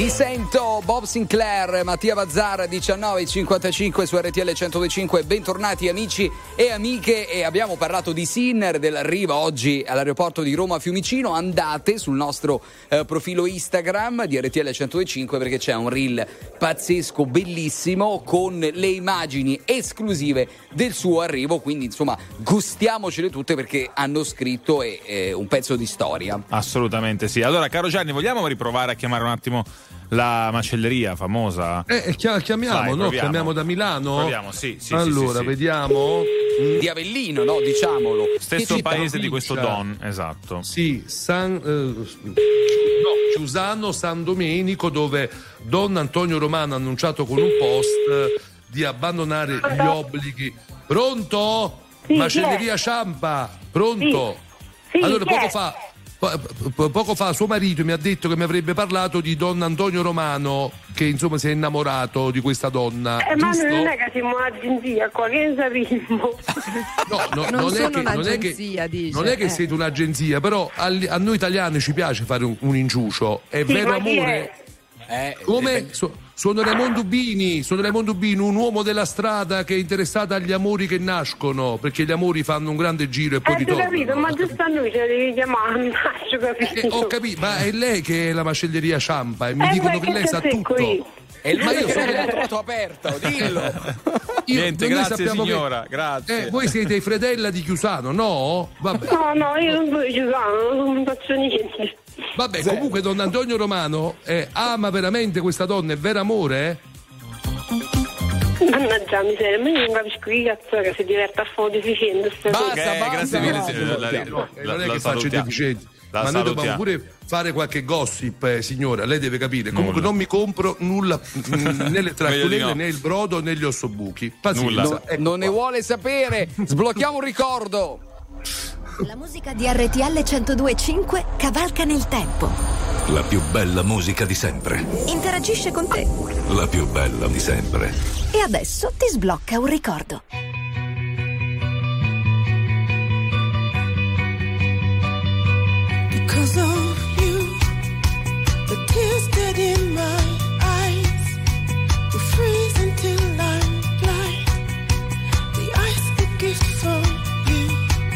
Vi sento Bob Sinclair, Mattia Bazzar, diciannove e cinquantacinque su R T L centodue e cinque. Bentornati amici e amiche, e abbiamo parlato di Sinner, dell'arrivo oggi all'aeroporto di Roma Fiumicino. Andate sul nostro eh, profilo Instagram di R T L centodue e cinque perché c'è un reel pazzesco, bellissimo, con le immagini esclusive del suo arrivo, quindi insomma gustiamocele tutte perché hanno scritto eh, eh, un pezzo di storia. Assolutamente sì. Allora, caro Gianni, vogliamo riprovare a chiamare un attimo la macelleria famosa? Eh, chiamiamo, Dai, no? proviamo. Chiamiamo da Milano? Proviamo, sì, sì. Allora, sì, sì, vediamo. Di Avellino, no? Diciamolo. Stesso Che paese città? di questo Don, esatto. Sì, San, eh, no, Chiusano San Domenico, dove Don Antonio Romano ha annunciato con un post di abbandonare gli obblighi. Pronto? Sì, Macelleria Ciampa, pronto? Sì. Sì, allora, chi poco è? fa, po- po- poco fa suo marito mi ha detto che mi avrebbe parlato di Don Antonio Romano, che insomma si è innamorato di questa donna. Eh, ma giusto? non è che siamo un'agenzia qua, che ne sappiamo? No, no, Non non, è sono che, non è che, un'agenzia, dice, non è che eh. siete un'agenzia, però al- a noi italiani ci piace fare un, un inciucio. È Sì, vero ma chi amore? Eh, Come? So- sono Raimondo Bini, sono Raimondo Bini, un uomo della strada che è interessato agli amori che nascono, perché gli amori fanno un grande giro e poi Eh, ho ritornano. capito, ma giusto a noi ce la devi chiamare, ho capito. Eh, ho capito, ma è lei che è la macelleria Ciampa e mi Eh, dicono ma che che lei sa cazzo è tutto. qui? E il Ma io mondo sono- l'ha trovato aperto, dillo. Io- Niente, noi grazie sappiamo che- signora, grazie. Eh, voi siete i fredella di Chiusano, no? Vabbè. No, no, io non sono Giuliano, non faccio niente. Vabbè, comunque Don Antonio Romano eh, ama veramente questa donna, è vero amore? Mannaggia miseria, ma io non capisco che cazzo che si diverte a fare deficiente sta Basta, cosa. Eh, basta, grazie mille. basta. sì, la- la- No, eh, la- non è la che faccio i salutiamo. deficienti, La ma noi dobbiamo salutiamo. pure fare qualche gossip, eh, signora, lei deve capire. Comunque Nulla. non mi compro nulla, mm, né le Meglio di traccolelle, no. né il brodo, né gli ossobuchi. Pazienza. Nulla. No, ecco non ne qua. vuole sapere. Sblocchiamo un ricordo. La musica di R T L centodue e cinque cavalca nel tempo. La più bella musica di sempre. Interagisce con te. La più bella di sempre. E adesso ti sblocca un ricordo. Because of you, the tears dead in my eyes will freeze until I'm blind. The ice a gift from you.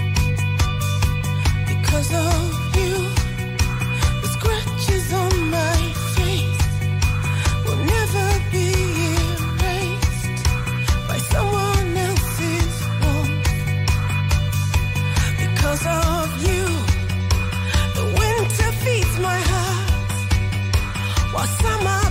Because of you, the scratches on my face will never be erased by someone else's warmth. Because of you, the winter feeds my heart while summer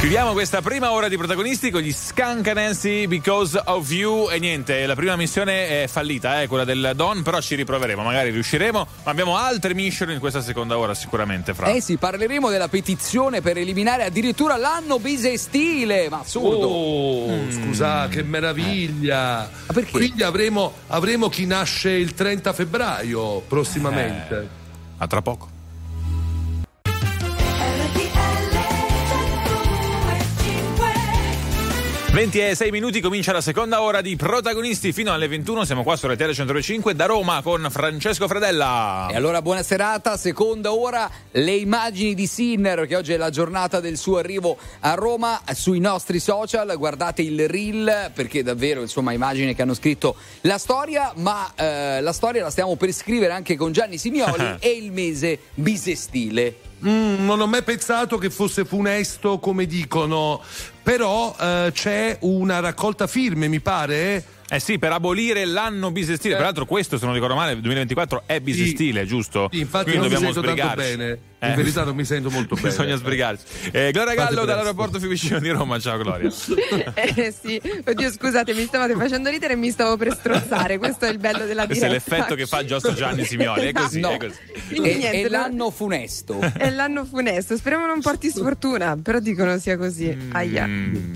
Chiudiamo questa prima ora di protagonisti con gli Skunk Anansi, Because of You. E niente, la prima missione è fallita, eh, quella del Don, però ci riproveremo, magari riusciremo. Ma abbiamo altre mission in questa seconda ora sicuramente, Fra. Eh sì, parleremo della petizione per eliminare addirittura l'anno bisestile. Ma assurdo. Oh, mm. scusa, che meraviglia. Ma perché? Quindi avremo, avremo chi nasce il trenta febbraio prossimamente. Eh, a tra poco. ventisei minuti, comincia la seconda ora di protagonisti fino alle ventuno. Siamo qua su R T L centodue e cinque da Roma con Francesco Fredella. E allora buona serata, seconda ora, le immagini di Sinner, che oggi è la giornata del suo arrivo a Roma. Sui nostri social guardate il reel, perché davvero insomma immagini che hanno scritto la storia, ma eh, la storia la stiamo per scrivere anche con Gianni Simioli e il mese bisestile. Mm, non ho mai pensato che fosse funesto come dicono, però eh, c'è una raccolta firme, mi pare. Eh sì, per abolire l'anno bisestile. Eh. Peraltro questo, se non ricordo male, il duemilaventiquattro è bisestile, sì, giusto? Sì, infatti quindi non dobbiamo mi sento sbrigarci. tanto bene. Eh. In verità non mi sento molto bene. Bisogna sbrigarci. Eh, Gloria Gallo dall'aeroporto Fiumicino di Roma. Ciao Gloria. Eh sì, oddio scusate, mi stavate facendo ridere e mi stavo per strozzare. Questo è il bello della diretta. Questo è l'effetto che fa Giusto Gianni Simioli. È così, no. è così. E, Niente, è no. l'anno funesto. È l'anno funesto, speriamo non porti sfortuna, però dicono sia così. Aia. Mm.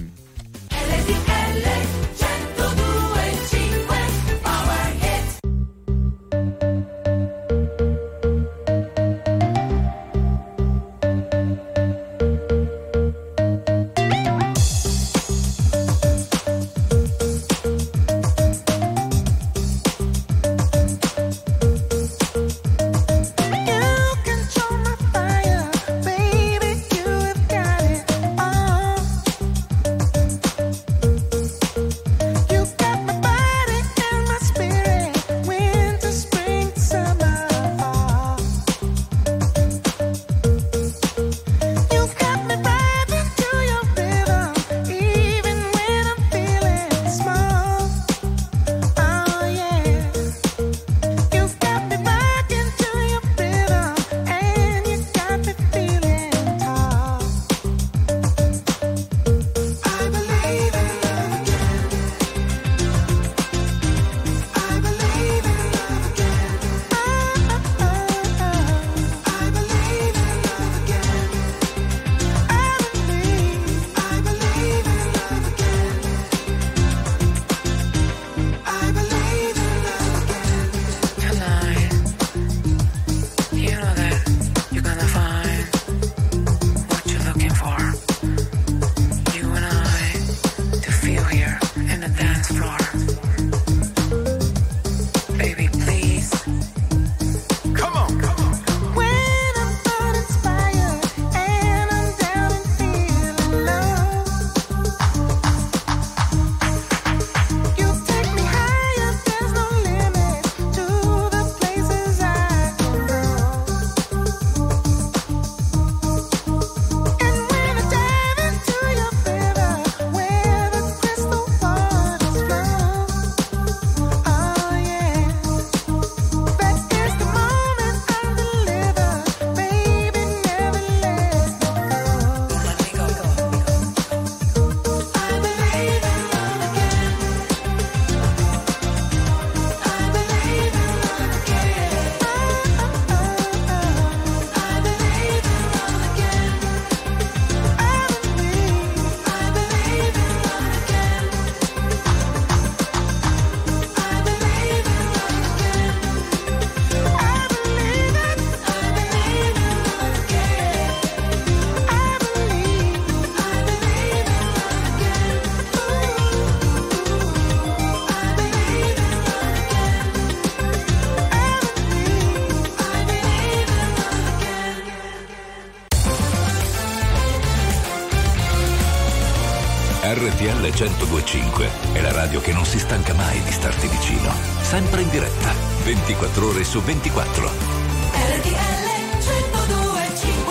R T L centodue e cinque è la radio che non si stanca mai di starti vicino. Sempre in diretta, ventiquattro ore su ventiquattro. R T L centodue e cinque.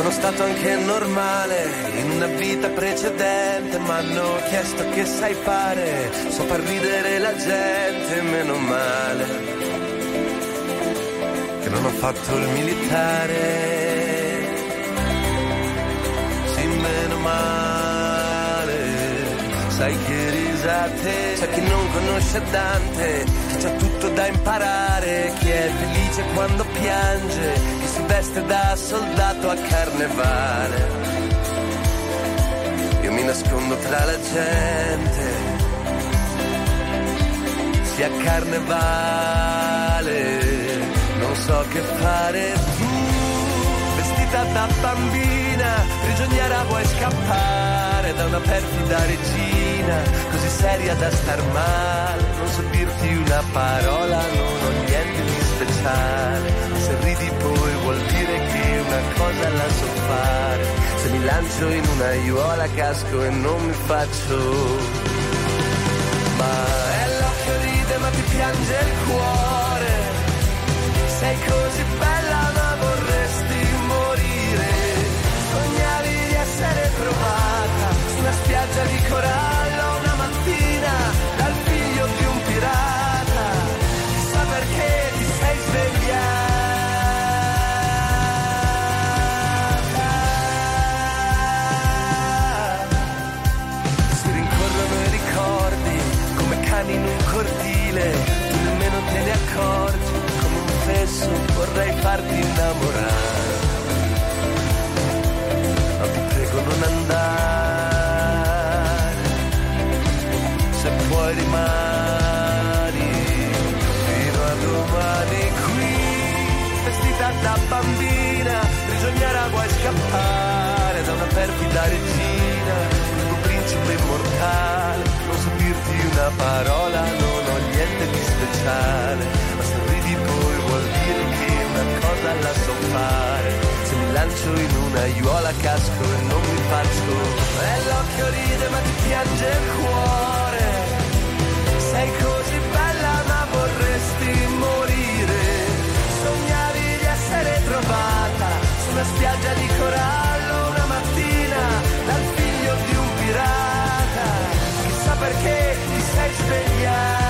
Sono stato anche normale in una vita precedente, ma hanno chiesto che sai fare, so far ridere la gente, meno male che non ho fatto il militare, sì meno male, sai che risate, c'è chi non conosce Dante, chi c'ha tutto da imparare, chi è felice quando piange, chi si veste da soldato a carnevale. Io mi nascondo tra la gente, sia carnevale, non so che fare. Tu, vestita da bambina, prigioniera vuoi scappare da una perfida regina, così seria da star male, non so dirti una parola, non ho niente di speciale, se ridi poi vuol dire che una cosa la so fare, se mi lancio in una aiuola casco e non mi faccio, ma è l'occhio ride ma ti piange il cuore, sei così bella ma vorresti morire, sognavi di essere trovata su una spiaggia di corallo una mattina dal figlio di un pirata, chissà perché ti sei svegliata. Si rincorrono i ricordi come cani in un cortile, tu nemmeno te ne accorgi, come un fesso vorrei farti innamorare, ma ti prego non andare, se puoi rimani fino a domani qui, vestita da bambina, prigioniera vuoi scappare da una perfida regina, il tuo principe immortale, non so dirti una parola, non ho niente di speciale, ma se ridi poi vuol dire che una cosa la so fare, se mi lancio in una aiuola casco e non mi faccio, e l'occhio ride ma ti piange il cuore, sei così bella ma vorresti morire, sognavi di essere trovata su una spiaggia di corallo una mattina dal figlio di un pirata, chissà perché ti sei svegliata.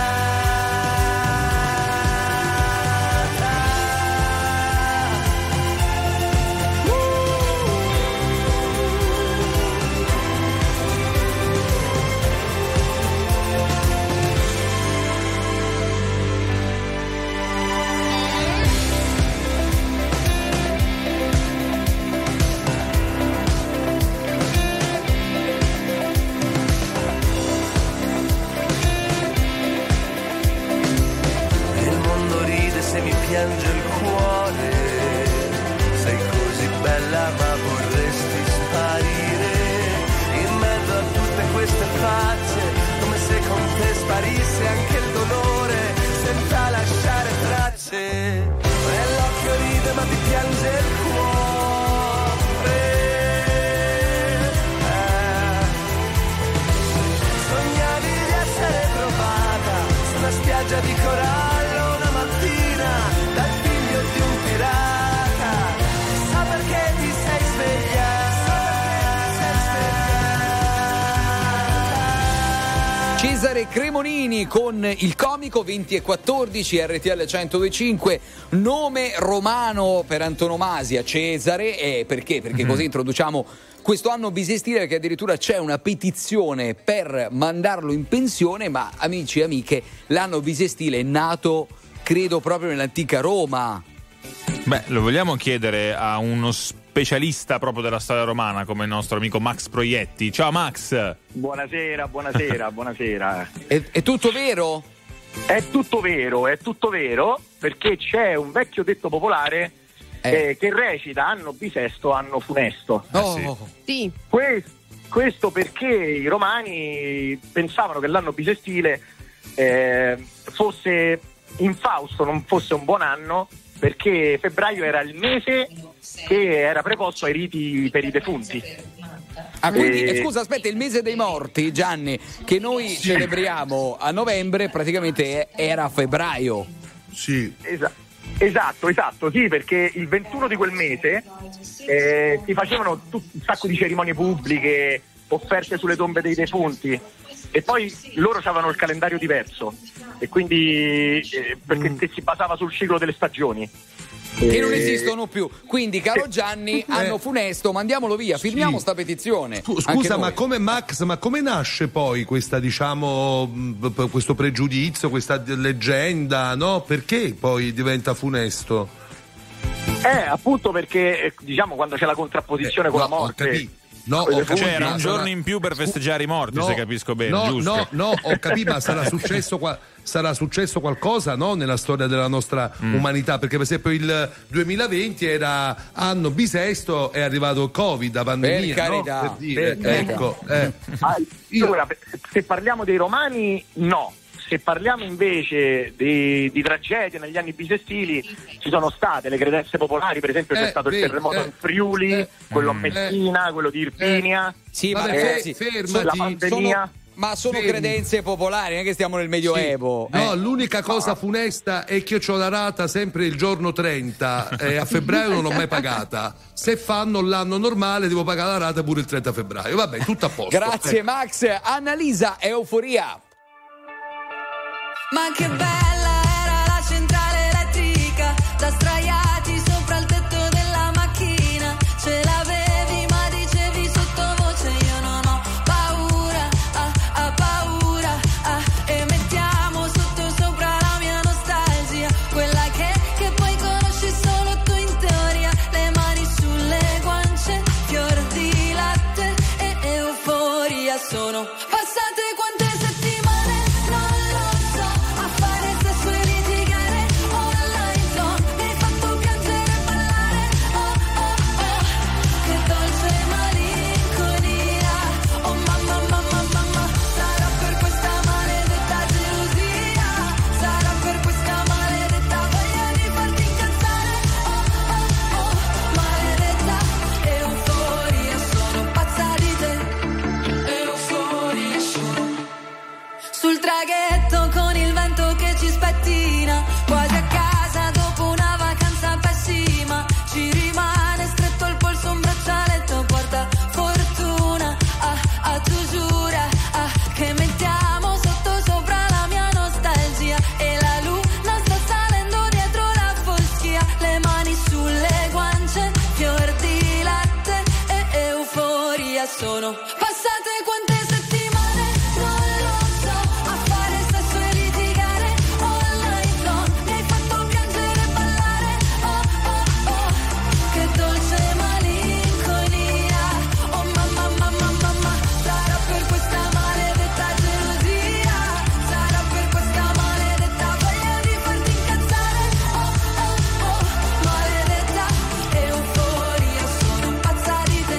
Se mi piange il cuore, sei così bella ma vorresti sparire in mezzo a tutte queste facce, come se con te sparisse anche il dolore senza lasciare tracce, e l'occhio ride ma ti piange il cuore, eh. Sognavi di essere trovata su una spiaggia di corallo una mattina dal figlio di un pirata, chissà perché ti sei svegliata. Cesare Cremonini con il comico, venti e quattordici, R T L centodue e cinque, nome romano per antonomasia Cesare, e perché? Perché mm-hmm. così introduciamo questo anno bisestile, perché addirittura c'è una petizione per mandarlo in pensione, ma amici e amiche, l'anno bisestile è nato credo proprio nell'antica Roma. Beh, lo vogliamo chiedere a uno specialista proprio della storia romana come il nostro amico Max Proietti. Ciao Max! Buonasera, buonasera, buonasera. È, è tutto vero? È tutto vero, è tutto vero, perché c'è un vecchio detto popolare eh. Eh, che recita anno bisesto, anno funesto. Oh. Eh sì. Que- questo perché i romani pensavano che l'anno bisestile eh, fosse infausto, non fosse un buon anno, perché febbraio era il mese che era preposto ai riti per i defunti. Ah, quindi, e... scusa, aspetta, il mese dei morti, Gianni, che noi sì. celebriamo a novembre, praticamente era a febbraio. Sì. Esatto. Esatto, esatto, sì, perché il ventuno di quel mese eh, si facevano tut- un sacco di cerimonie pubbliche, offerte sulle tombe dei defunti, e poi loro avevano il calendario diverso, e quindi eh, perché mm. si basava sul ciclo delle stagioni. Che non esistono più. Quindi, caro Gianni, eh, anno funesto, mandiamolo via, firmiamo sì. sta petizione. Scusa, ma come Max, ma come nasce poi questa, diciamo, questo pregiudizio, questa leggenda, no? Perché poi diventa funesto? Eh, appunto perché, diciamo, quando c'è la contrapposizione eh, con no, la morte. No, ho capito, c'era un giorno in più per festeggiare i morti, no, se capisco bene, no, giusto? No, no, ho capito, ma sarà successo qua, sarà successo qualcosa, no, nella storia della nostra mm. umanità, perché per esempio il duemilaventi era anno bisesto, è arrivato il Covid, la pandemia, per carità, no? Per dire, per ecco, eh. Allora, se parliamo dei romani, no. Se parliamo invece di, di tragedie negli anni bisestili, ci sono state le credenze popolari, per esempio c'è eh, stato beh, il terremoto eh, in Friuli, eh, quello a eh, Messina, quello di Irpinia, eh, sì, eh, ma ragazzi, fermati, la pandemia. Sono, ma sono Fermi. credenze popolari, non è che stiamo nel Medioevo. Sì. No, eh. l'unica cosa funesta è che io ho la rata sempre il giorno trenta e a febbraio non l'ho mai pagata. Se fanno l'anno normale devo pagare la rata pure il trenta febbraio. Vabbè, tutto a posto. Grazie eh. Max. Annalisa, Euforia. Ma che bella era la centrale elettrica, da sdraiati sopra il tetto della macchina. Ce l'avevi ma dicevi sottovoce io non ho paura, ah, ah, paura, ah. E mettiamo sotto sopra la mia nostalgia, quella che, che poi conosci solo tu in teoria. Le mani sulle guance, fior di latte e euforia. Sono passate quante settimane, non lo so, a fare sesso e litigare online zone. Mi hai fatto piangere e ballare, oh oh oh, che dolce malinconia. Oh mamma mamma mamma, sarà per questa maledetta gelosia, sarà per questa maledetta voglia di farti incazzare, oh oh oh, maledetta euforia. Sono pazza di te, euforia sono. Sul traghetto con il vento che ci spettina, quasi a casa dopo una vacanza pessima. Ci rimane stretto al polso un braccialetto porta fortuna, ah, ah, tu giura, ah, che mettiamo sotto sopra la mia nostalgia. E la luna sta salendo dietro la foschia, le mani sulle guance, fior di latte e euforia. Sono passate quante settimane, non lo so, a fare sesso e litigare online zone. Mi hai fatto piangere e ballare, oh oh oh, che dolce malinconia. Oh mamma mamma mamma, sarà per questa maledetta gelosia, sarà per questa maledetta voglia di farti incazzare, oh oh oh, maledetta euforia. Sono pazza di te,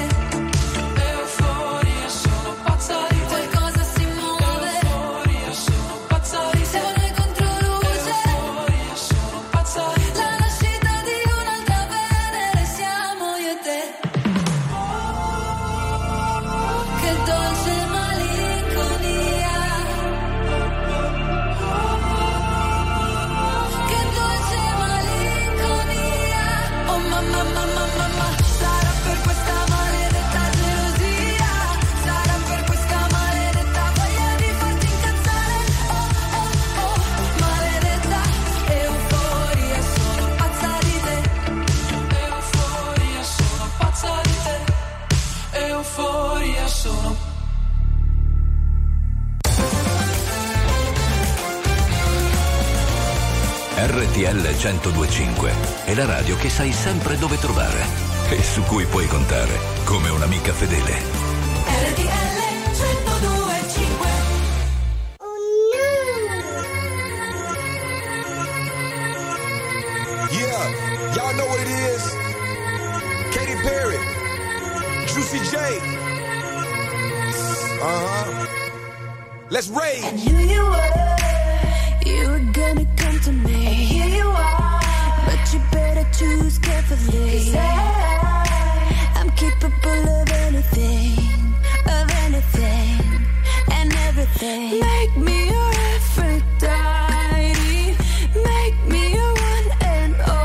euforia, sono pazza di te. Qualcosa si muove, euforia, sono pazza di te. Sole contro luce, euforia, sono pazza di te. La nascita di un'altra Venere siamo io e te. Che dolce malinconia, che dolce malinconia. Oh mamma mamma mamma, sarà per questa maledetta gelosia, sarà per questa maledetta voglia di farti incazzare, oh oh oh, maledetta euforia. Sono pazza di te, euforia, sono pazza di te, euforia sono. R T L centodue e cinque è la radio che sai sempre dove trovare e su cui puoi contare come un'amica fedele. R T L centodue e cinque. Yeah, y'all know what it is. Katy Perry, Juicy J. Uh-huh. Let's rage. And here you were, you were gonna come to me. And here you are, but you better choose carefully. 'Cause I, I'm capable of anything, of anything, and everything. Make me your Aphrodite, make me your one and only.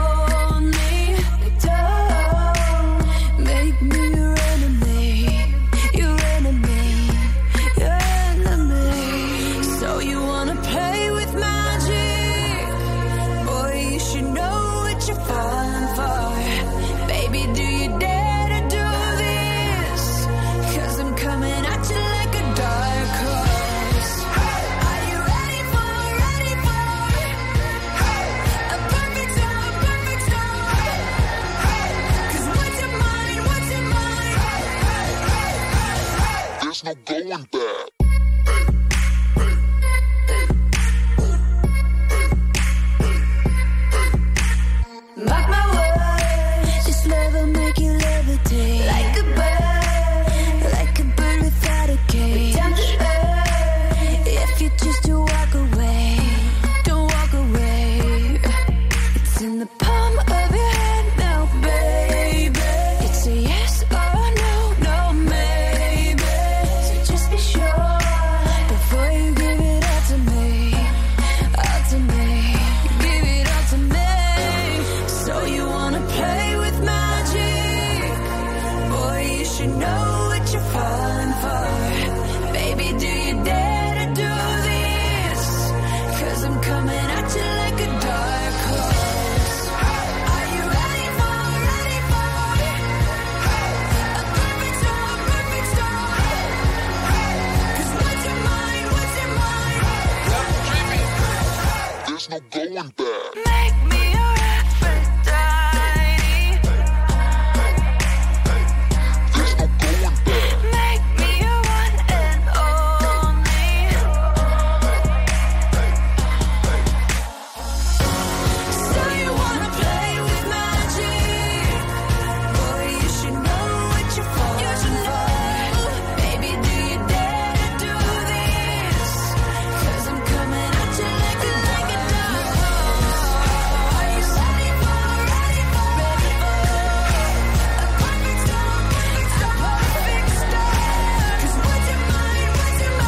There's no going back. Make me your Aphrodite. There's no going back. Make me your one and only. So you wanna play with magic? Boy, you should know what you're for. You should know. Baby, do you dare to do this? 'Cause I'm coming at you like a, like a dove. Are you ready for, ready for, ready for a perfect storm? It's a perfect storm. 'Cause what's your mind, what's your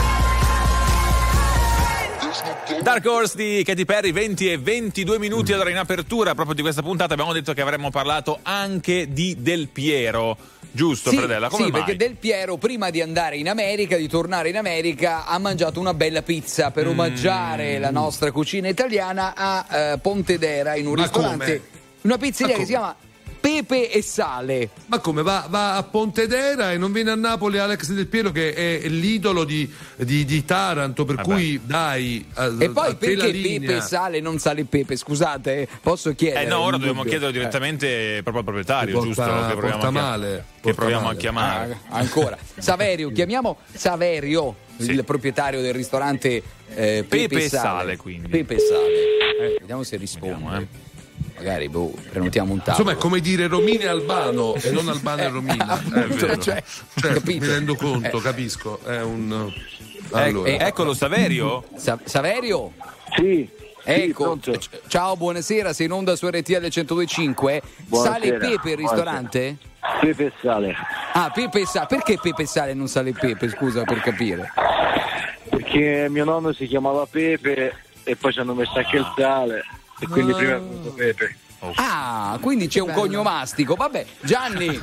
mind? Dark Horse di Katy Perry, venti e ventidue minuti. Allora, in apertura proprio di questa puntata abbiamo detto che avremmo parlato anche di Del Piero, giusto, Sì, Fredella? Come sì, mai? perché Del Piero, prima di andare in America, di tornare in America, ha mangiato una bella pizza per omaggiare la nostra cucina italiana a eh, Pontedera, in un Ma ristorante, come? una pizzeria Ma che si chiama Pepe e Sale. Ma come? Va, va a Pontedera e non viene a Napoli Alex Del Piero, che è l'idolo di, di, di Taranto, per Vabbè. cui dai. A, E poi a te la perché linea. Pepe e Sale e non Sale e Pepe? Scusate, eh, posso chiedere? Eh no, ora Un dobbiamo dubbio. chiedere direttamente proprio al proprietario, Porta- giusto? Che proviamo, porta a, chiam- male, che porta proviamo male. a chiamare. Ah, ancora. Saverio, chiamiamo Saverio, Sì. il proprietario del ristorante eh, Pepe, Pepe e Sale. Sale, quindi. Pepe e Sale. Eh, vediamo se risponde. Vediamo, eh. Magari boh, prenotiamo un tavolo. Insomma, è come dire Romina e Albano e non Albano e Romina. È appunto, vero. cioè, Certo, capito? mi rendo conto, Eh. capisco. È un. Ec- Allora. eh, eccolo, Saverio. Sa- Saverio? Sì. Ecco, c- ciao, buonasera, sei in onda su R T L centodue e cinque. Sale e Buonasera. Pepe il ristorante? Pepe e Sale. Ah, Pepe e Sale. Perché Pepe e Sale e non Sale e Pepe? Scusa per capire. Perché mio nonno si chiamava Pepe e poi ci hanno messo anche il sale e quindi prima è venuto Pepe. Ah, quindi c'è un cognomastico. Vabbè, Gianni.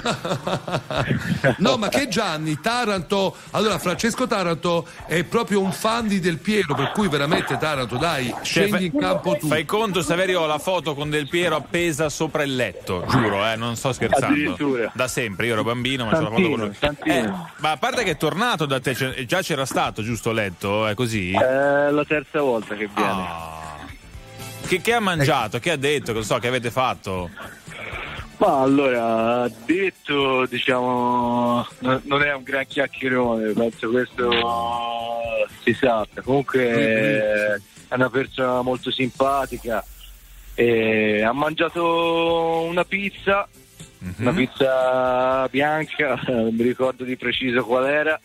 No, ma che Gianni, Taranto. Allora, Francesco Taranto è proprio un fan di Del Piero, per cui veramente Taranto, dai, Cioè, scendi fai, in campo tu. fai conto, Saverio, la foto con Del Piero appesa sopra il letto, giuro, eh, non sto scherzando. Addirittura. Da sempre, io ero bambino, ma c'è la foto con lui. Santino. Eh, ma a parte che è tornato da te, cioè, già c'era stato, giusto, letto? È così? È la terza volta che viene. Ah. Che, che ha mangiato? Che ha detto? Che non so, che avete fatto? Ma allora, ha detto, diciamo, no- non è un gran chiacchierone, penso questo si sappia. Comunque è una persona molto simpatica. E ha mangiato una pizza, una pizza bianca, non mi ricordo di preciso qual era,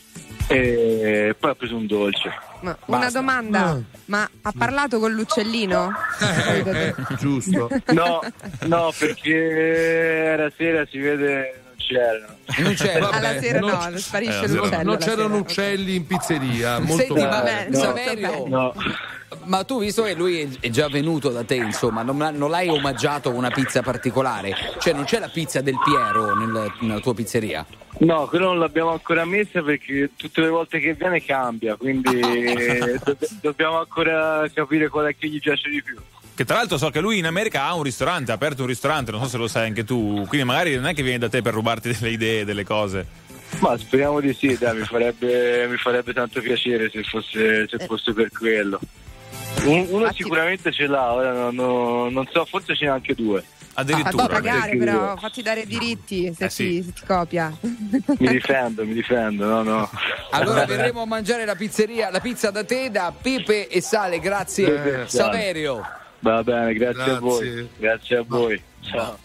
e poi ha preso un dolce. Ma una domanda, ma ha parlato con l'uccellino? Eh, eh, giusto. No, no, perché era sera, si vede, non c'erano. Non c'è. Vabbè, Alla sera non- no, sparisce eh, l'uccello. Non alla c'erano sera. uccelli in pizzeria, molto Senti, bene. vabbè, no. Saverio, No, ma tu, visto che lui è- è già venuto da te, insomma, non, non l'hai omaggiato con una pizza particolare? Cioè, non c'è la pizza del Piero nel- nella tua pizzeria? no, quello non l'abbiamo ancora messa perché tutte le volte che viene cambia, quindi do- dobbiamo ancora capire qual è che gli piace di più. Che tra l'altro so che lui in America ha un ristorante, ha aperto un ristorante, non so se lo sai anche tu, quindi magari non è che viene da te per rubarti delle idee, delle cose. Ma speriamo di sì, dai, mi farebbe, mi farebbe tanto piacere se fosse, se fosse per quello. Un- uno Infatti- sicuramente ce l'ha, ora non, non- non so, forse ce n'ha anche due. Fatti Addirittura. pagare perché- però, fatti dare diritti se, Eh, sì. ti, se ti copia. Mi difendo, mi difendo, no, no. Allora verremo a mangiare la pizzeria, la pizza da te, da Pepe e Sale, grazie Pepe e Sale. Saverio. Va bene, grazie, Grazie. a voi. Grazie a voi. Ciao.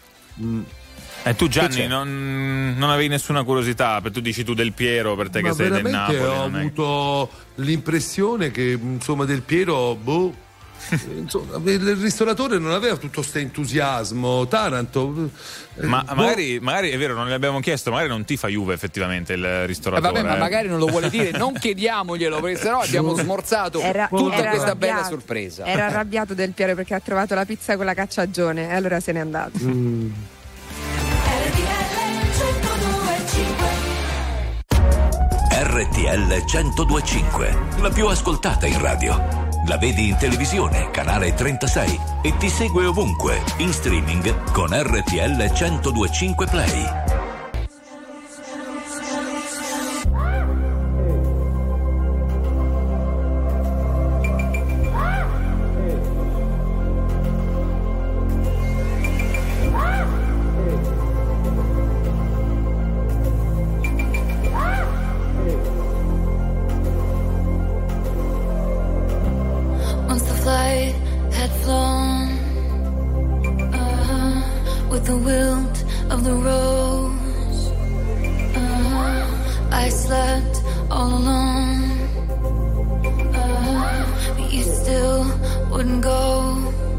E tu Che c'è? Gianni non, non avevi nessuna curiosità, per tu dici tu Del Piero, per te Ma che sei del veramente Napoli. ho non è- avuto l'impressione che insomma Del Piero, boh, eh, insomma, il ristoratore non aveva tutto questo entusiasmo. Taranto, eh, Ma boh, magari, magari è vero, non gli abbiamo chiesto, magari non ti fa Juve effettivamente il Eh, ristoratore. vabbè, ma eh. magari non lo vuole dire, non chiediamoglielo, perché sennò abbiamo smorzato Era- tutta era questa arrabbiato. bella sorpresa. Era arrabbiato Del Piero perché ha trovato la pizza con la cacciagione e allora se n'è andato. R T L centodue e cinque, la più ascoltata in radio. La vedi in televisione, canale trentasei, e ti segue ovunque, in streaming con R T L centodue e cinque Play. flight had flown uh-huh, with the wilt of the rose. Uh-huh, I slept all alone, uh-huh, but you still wouldn't go.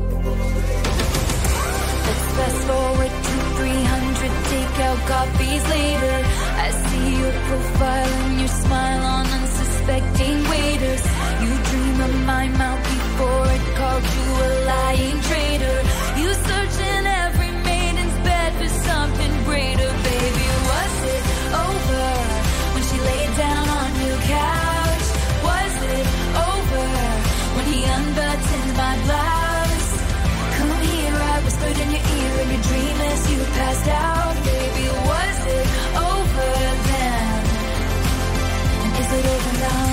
Let's fast forward to three hundred takeout copies later. I see your profile and your smile on unsuspecting waiters. You dream of my mouth before it called you a lying traitor. You search in every maiden's bed for something greater. Baby, was it over when she laid down on your couch? Was it over when he unbuttoned my blouse? Come here, I whispered in your ear in your dream as you passed out. Baby, was it over then? And is it over now?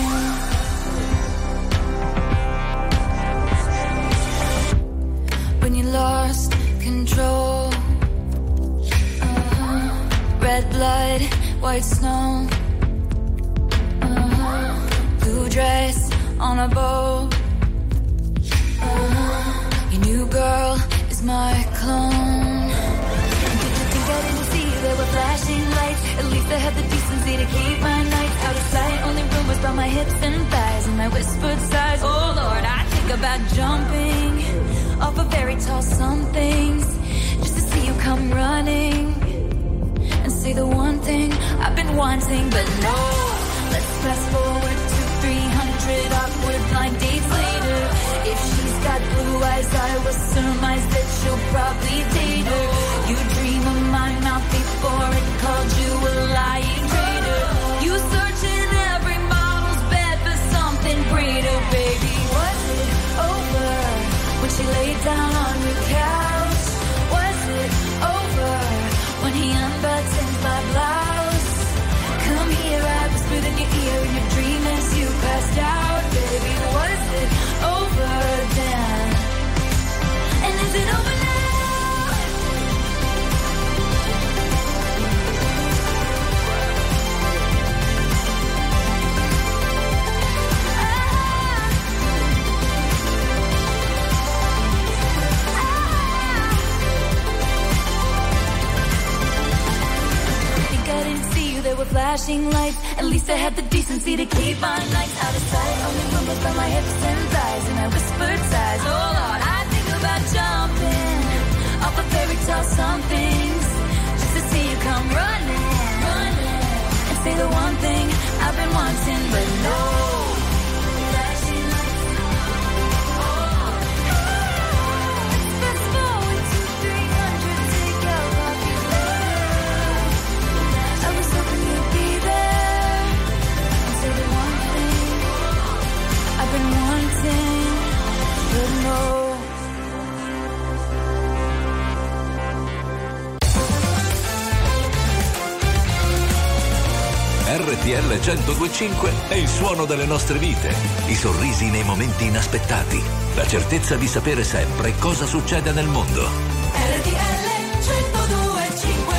When you lost control, uh-huh. Red blood, white snow, uh-huh. Blue dress on a boat, uh-huh. Your new girl is my clone. Did you think I didn't see there were flashing lights? At least I had the decency to keep my nights out of sight. Only rumors about my hips and thighs and my whispered sighs. Oh Lord, I think about jumping off a very tall somethings just to see you come running and say the one thing I've been wanting. But no, let's fast forward to three hundred awkward blind dates later. If she's got blue eyes, I will surmise that she'll probably date her. You dream of my mouth before it called you a lying traitor. You search in every model's bed for something greater. Baby, was it over when she laid down on your couch? Was it over when he unbuttoned my blouse? Come here, I whispered in your ear in your dream as you passed out. Baby, was it over then? And is it over now? There were flashing lights. At least I had the decency to keep my nights out of sight. Only rumors about my hips and thighs and I whispered sighs. Oh Lord, I think about jumping off a fairy tale somethings just to see you come running, running and say the one thing I've been wanting. But no, flashing lights. Fast forward to three hundred takeout copies later. I was hoping you'd be there and say the one thing I've been wanting, but no. R T L centodue e cinque è il suono delle nostre vite, i sorrisi nei momenti inaspettati, la certezza di sapere sempre cosa succede nel mondo. R T L centodue e cinque.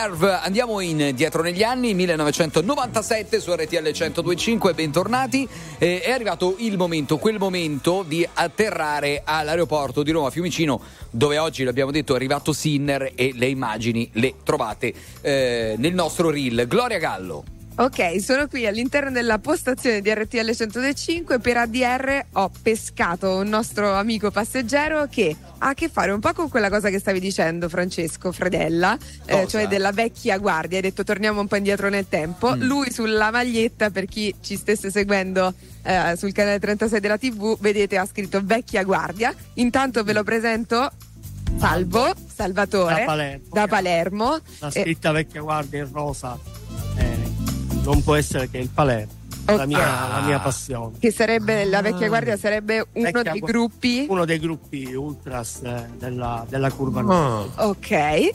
Marv. Andiamo indietro negli anni, millenovecentonovantasette su R T L centodue e cinque, bentornati. Eh, è arrivato il momento, quel momento di atterrare all'aeroporto di Roma Fiumicino, dove oggi, l'abbiamo detto, è arrivato Sinner e le immagini le trovate eh, nel nostro reel. Gloria Gallo. Ok, sono qui all'interno della postazione di R T L centodue e cinque. Per A D R ho pescato un nostro amico passeggero che ha a che fare un po' con quella cosa che stavi dicendo, Francesco Fredella, eh, cioè della vecchia guardia. Hai detto torniamo un po' indietro nel tempo. Mm. Lui sulla maglietta, per chi ci stesse seguendo eh, sul canale trentasei della tivù, vedete, ha scritto vecchia guardia. Intanto ve lo presento. Salvo, Salvatore, da Palermo. Da Palermo. La scritta eh, vecchia guardia in rosa. Eh, non può essere che il Palermo. Okay. La, mia, la mia passione. Che sarebbe, la vecchia guardia sarebbe uno vecchia dei gu- gruppi uno dei gruppi ultras eh, della, della curva nord. Oh. Ok. E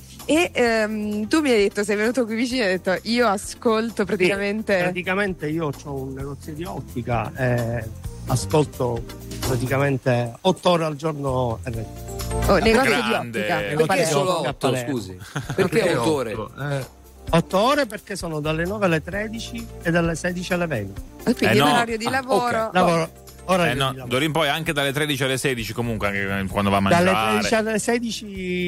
ehm, tu mi hai detto, sei venuto qui vicino e hai detto io ascolto praticamente. Sì, praticamente io ho un negozio di ottica e ascolto praticamente otto ore al giorno. Oh, negozio di ottica. Perché solo otto, scusi? Perché otto ore? Eh. otto ore perché sono dalle nove alle tredici e dalle sedici alle venti. E quindi eh no. l'orario di lavoro. Ah, okay. Lavoro. Eh no, d'ora in poi anche dalle tredici alle sedici comunque, anche quando va a mangiare. Dalle tredici alle sedici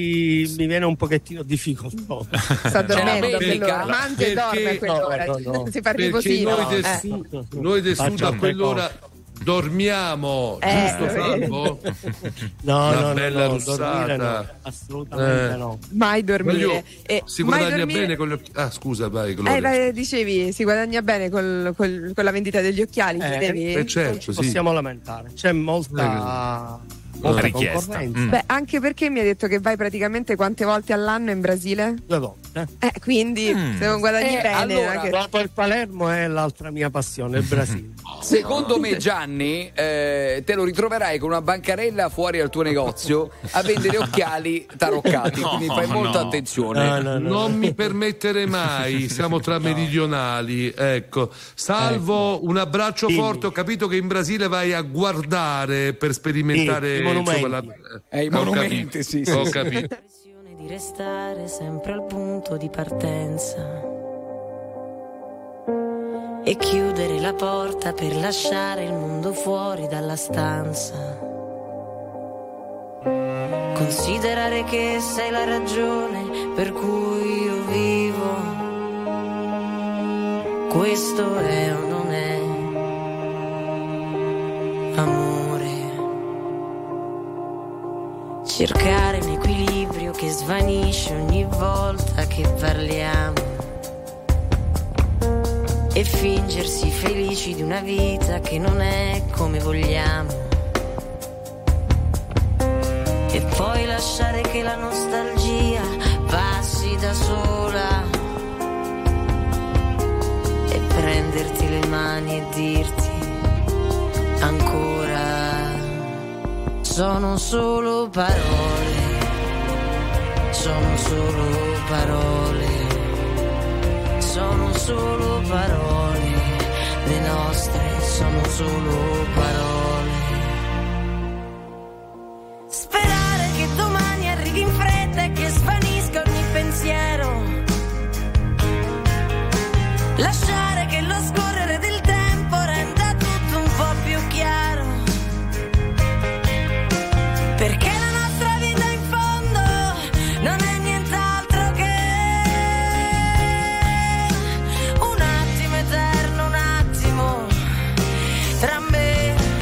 mi viene un pochettino difficoltoso. Sta dormendo no, quell'ora, mangia e dorme a quell'ora. No, no, no. Si fa il Perché riposino. noi del eh. sud, noi del sud a quell'ora dormiamo, eh, giusto Salvo? No, una no, bella no, russata. No, assolutamente eh. no. Mai dormire. Eh, si mai guadagna dormire... bene con le occhi... Ah, scusa, vai, Gloria. Eh, beh, dicevi, si guadagna bene col, col, con la vendita degli occhiali. Eh, devi... eh, certo, sì. Possiamo lamentare. C'è molta, molta richiesta. Mm. Beh, anche perché mi hai detto che vai praticamente quante volte all'anno in Brasile? Due volte. Eh, quindi Mm. se non guadagni Eh, bene. allora, anche... Dopo il Palermo è l'altra mia passione, il Brasile. Secondo me, Gianni, eh, te lo ritroverai con una bancarella fuori al tuo negozio a vendere occhiali taroccati, No, quindi fai molta no. attenzione. No, no, no, non no. mi permettere mai, siamo tra meridionali, ecco. Salvo, Ecco. un abbraccio Dimmi. forte. Ho capito che in Brasile vai a guardare per sperimentare Sì, i monumenti. insomma, la... Eh, i ho monumenti, capito, sì, sì, ho sì. capito. Di restare sempre al punto di partenza e chiudere la porta per lasciare il mondo fuori dalla stanza. Considerare che sei la ragione per cui io vivo. Questo è o non è amore? Cercare un equilibrio che svanisce ogni volta che parliamo e fingersi felici di una vita che non è come vogliamo, e poi lasciare che la nostalgia passi da sola e prenderti le mani e dirti ancora. Sono solo parole, sono solo parole, sono solo parole, le nostre sono solo parole. Sperare che domani arrivi in fretta e che svanisca ogni pensiero, lasciare che lo scorrere del tempo renda tutto un po' più chiaro. Perché la nostra vita in fondo non è nient'altro che un attimo eterno, un attimo tra me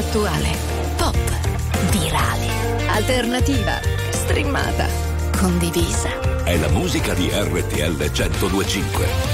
attuale, pop, virale, alternativa, streamata, condivisa. È la musica di R T L centodue e cinque.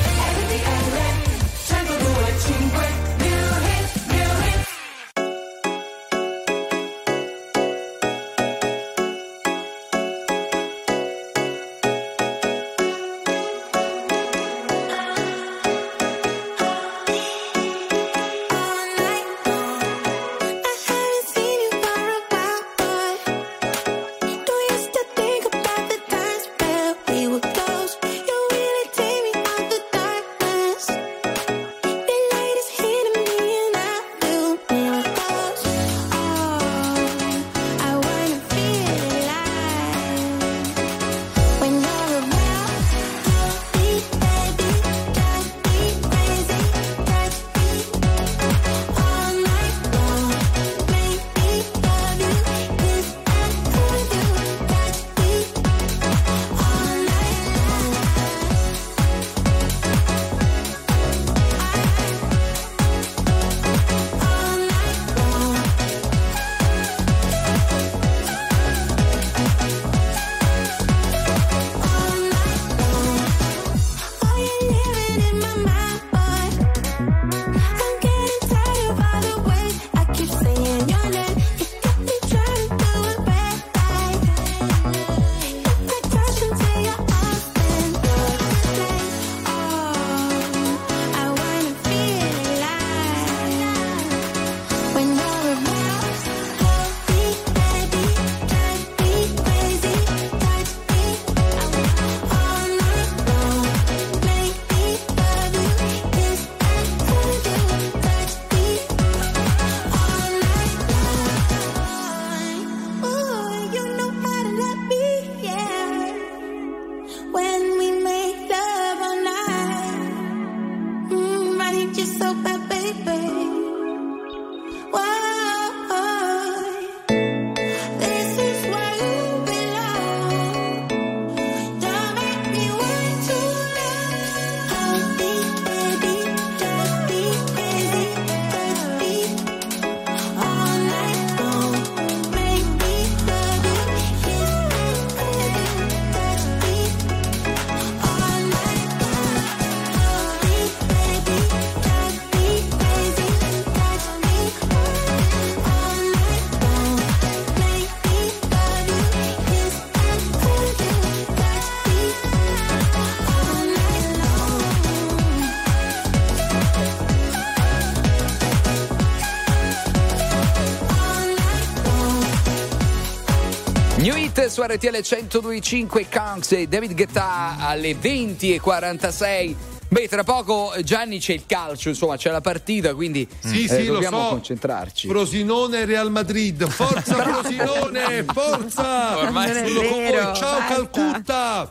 New Hit su R T L centodue e cinque, Kangs e David Guetta alle venti e quarantasei. Beh, tra poco Gianni c'è il calcio, insomma c'è la partita, quindi sì, eh, sì, dobbiamo lo so. concentrarci. Frosinone Real Madrid, forza Frosinone, forza! Ormai sono sono con vero, voi. Ciao basta. Calcutta!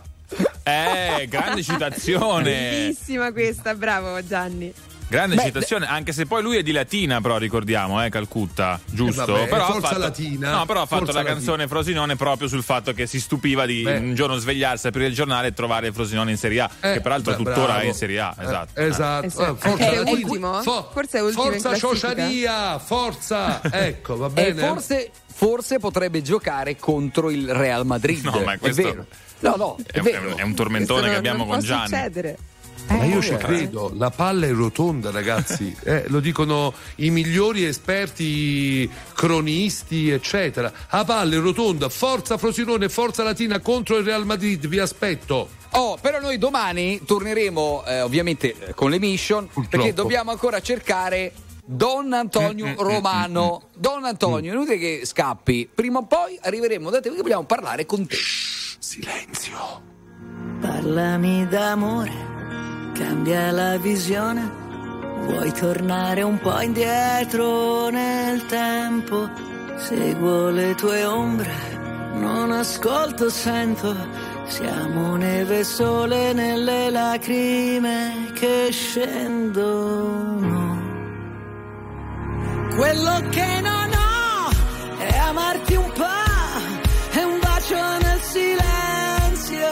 Eh, grande citazione. Bellissima questa, bravo Gianni. Grande Beh, citazione, anche se poi lui è di Latina, però ricordiamo, eh, Calcutta, giusto? Eh vabbè, però forza ha fatto, Latina. No, però ha fatto Forza la canzone Latina. Frosinone proprio sul fatto che si stupiva di Beh. un giorno svegliarsi, aprire il giornale e trovare Frosinone in Serie A, Eh, che peraltro beh, tuttora bravo. è in Serie A, esatto. Eh, esatto. Esatto. Eh, forza È Latina. ultimo? Fo- Forse è ultimo in Forza classifica. Ciociaria, forza! Ecco, va E bene. forse, forse potrebbe giocare contro il Real Madrid. No, ma è questo- vero. No, no, è, È, vero. è un tormentone Questo che non- abbiamo non con può Gianni. succedere. Ma io ci Eh, credo, la palla è rotonda, ragazzi. Eh, lo dicono i migliori esperti, cronisti, eccetera. La palla è rotonda, forza Frosinone, forza Latina contro il Real Madrid, vi aspetto. Oh, però noi domani torneremo eh, ovviamente eh, con le mission, perché dobbiamo ancora cercare Don Antonio Mm, Romano. Don Antonio, inutile che scappi. Prima o poi arriveremo da te perché vogliamo parlare con te. Silenzio. Parlami d'amore, cambia la visione, vuoi tornare un po' indietro nel tempo, seguo le tue ombre, non ascolto, sento, siamo neve e sole nelle lacrime che scendono. Quello che non ho è amarti un po', è un bacio nel silenzio.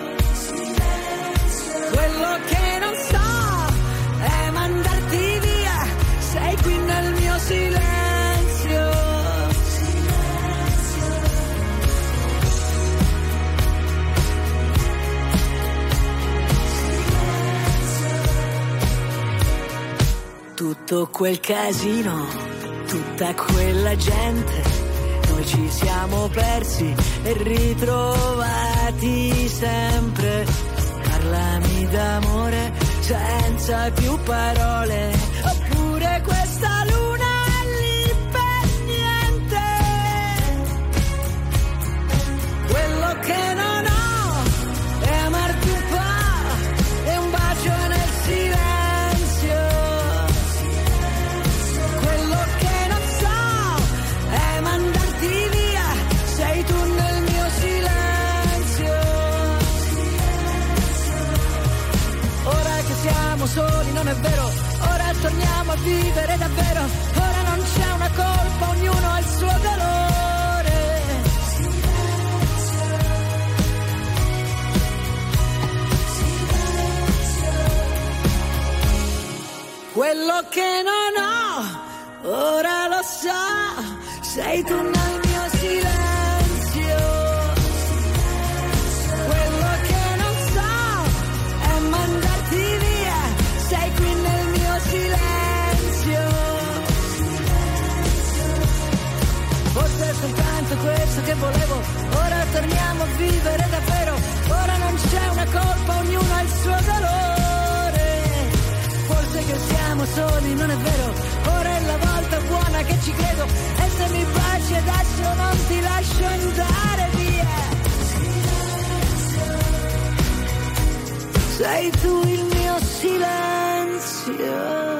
Quello che non so è mandarti via, sei qui nel mio silenzio. tutto quel casino, tutta quella gente, noi ci siamo persi e ritrovati sempre. Parlami d'amore senza più parole, oppure questa luna è lì per niente. Quello che non ho è amarti un po' e un bacio nel silenzio. Quello che non so è mandarti via, sei tu nel mio silenzio. Ora che siamo soli non è vero, ora torniamo a vivere davvero, ora non c'è una colpa, ognuno ha il suo dolore. Quello che non ho, ora lo so, sei tu nel mio silenzio. Quello che non so è mandarti via, sei qui nel mio silenzio. Forse è soltanto questo che volevo, ora torniamo a vivere davvero, ora non c'è una colpa, ognuno ha il suo dolore. Forse che siamo soli, non è vero, ora è la volta buona che ci credo, e se mi baci adesso non ti lascio andare via. Sei tu il mio silenzio.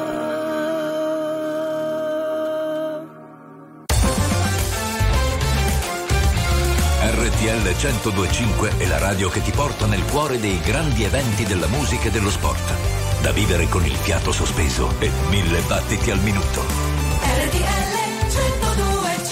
R T L centodue e cinque è la radio che ti porta nel cuore dei grandi eventi della musica e dello sport. Da vivere con il fiato sospeso e mille battiti al minuto. R T L centodue e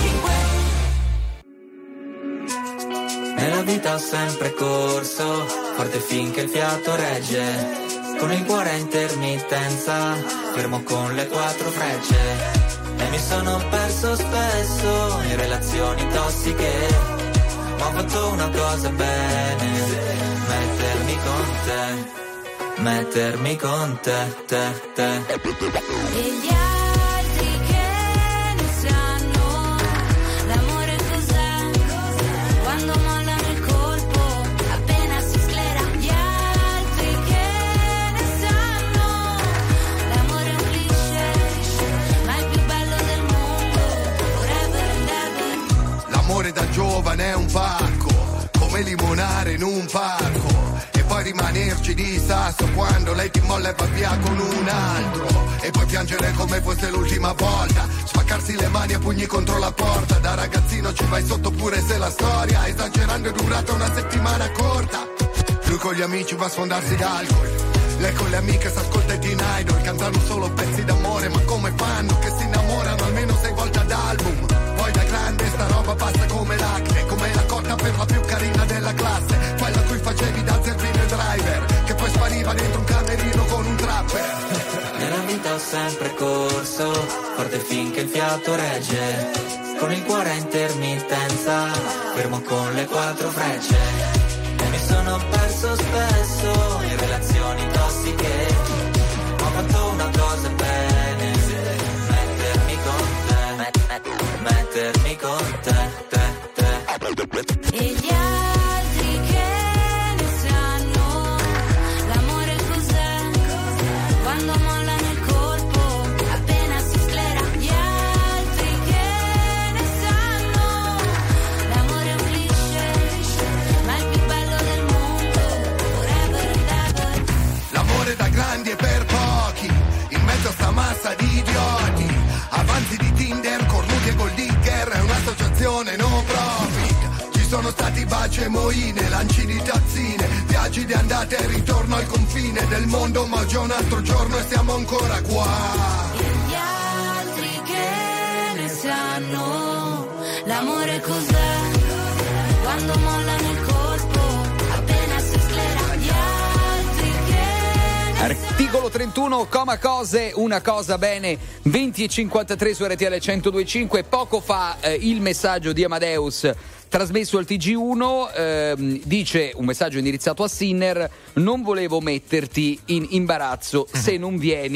cinque. Nella vita ho sempre corso, forte finché il fiato regge. Con il cuore a intermittenza, fermo con le quattro frecce. E mi sono perso spesso in relazioni tossiche. Ma ho fatto una cosa bene, mettermi con te. Mettermi con te, te, te. E gli altri che ne sanno, l'amore cos'è, quando mollano il colpo, appena si sclera. Gli altri che ne sanno, l'amore è un cliché, ma il più bello del mondo, forever and ever. L'amore da giovane è un pacco, come limonare in un parco. Poi rimanerci di sasso quando lei ti molla e va via con un altro. E poi piangere come fosse l'ultima volta, spaccarsi le mani a pugni contro la porta. Da ragazzino ci vai sotto pure se la storia, esagerando, è durata una settimana corta. Lui con gli amici va a sfondarsi d'alcol, lei con le amiche s'ascolta Teen Idol. Cantano solo pezzi d'amore, ma come fanno che si innamorano almeno sei volte ad album. Poi da grande sta roba passa come l'acne, come la cotta per la più carina della classe, quella a cui facevi da zerbino e driver, che poi spariva dentro un camerino con un trapper. Nella vita ho sempre corso, forte finché il fiato regge. Con il cuore a intermittenza, fermo con le quattro frecce. E mi sono perso spesso in relazioni tossiche. Ho fatto una cosa bene, mettermi con te, mettermi con te, te, te. E gli altri che ne sanno, l'amore cos'è, quando mollano il colpo, appena si sclera. Gli altri che ne sanno, l'amore è un cliché, ma il più bello del mondo, forever and ever. L'amore da grandi e per pochi, in mezzo a sta massa di idioti. Avanzi di Tinder, cornuti e gold digger, è un'associazione no profit. Ci sono stati baci e moine, lanci di tazzine, viaggi di andata e ritorno al confine del mondo, ma già un altro giorno e siamo ancora qua. E gli altri che ne sanno, l'amore cos'è, quando mollano il colpo, appena si sclera. Gli altri che ne Articolo trentuno, coma cose, una cosa bene, venti e cinquantatré su R T L centodue e cinque. Poco fa eh, il messaggio di Amadeus trasmesso al T G uno, ehm, dice un messaggio indirizzato a Sinner: non volevo metterti in imbarazzo, se non vieni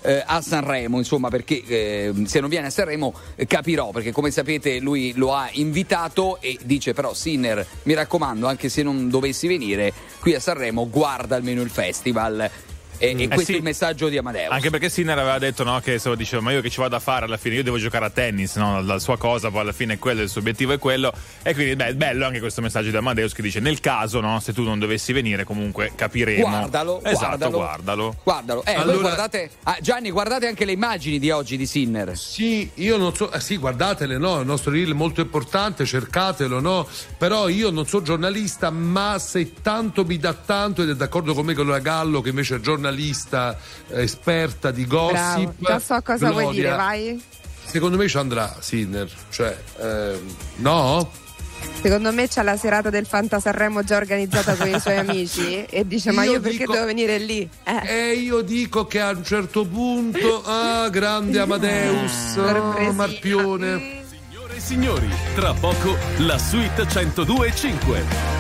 eh, a Sanremo, insomma, perché eh, se non viene a Sanremo eh, capirò, perché come sapete lui lo ha invitato e dice però Sinner, mi raccomando, anche se non dovessi venire qui a Sanremo, guarda almeno il festival. E, e questo eh sì. è il messaggio di Amadeus. Anche perché Sinner aveva detto, no, che insomma, diceva ma io che ci vado a fare alla fine, io devo giocare a tennis, no? La sua cosa poi alla fine è quello, il suo obiettivo è quello, e quindi beh, è bello anche questo messaggio di Amadeus che dice nel caso, no, se tu non dovessi venire comunque capiremo. Guardalo, esatto, guardalo. guardalo. Guardalo. Eh, Allora- voi guardate, ah, Gianni, guardate anche le immagini di oggi di Sinner. Sì, io non so, eh sì, guardatele, no? Il nostro reel è molto importante, cercatelo, no? Però io non sono giornalista, ma se tanto mi dà tanto, ed è d'accordo con me con la Gallo, che invece è giornalista, eh, esperta di gossip. Bravo, già so cosa Gloria, vuoi dire, vai. Secondo me ci andrà Sinner, cioè, ehm, no? Secondo me c'ha la serata del Fanta Sanremo già organizzata con i suoi amici e dice ma io perché dico- devo venire lì? Eh. E io dico che a un certo punto, ah, grande Amadeus, ah, Marpione. Signore e signori, tra poco la suite centodue e cinque.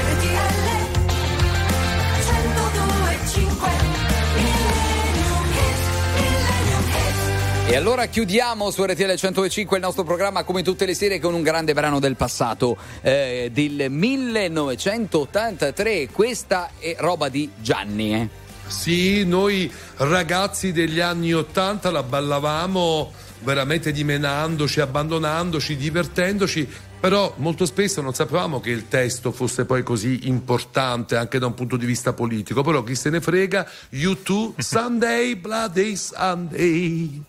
E allora chiudiamo su R T L centodue e cinque il nostro programma come tutte le sere con un grande brano del passato, eh, del millenovecentottantatré. Questa è roba di Gianni, eh. Sì, noi ragazzi degli anni ottanta la ballavamo veramente dimenandoci, abbandonandoci, divertendoci, però molto spesso non sapevamo che il testo fosse poi così importante anche da un punto di vista politico. Però chi se ne frega, U due, Sunday, Bloody Sunday.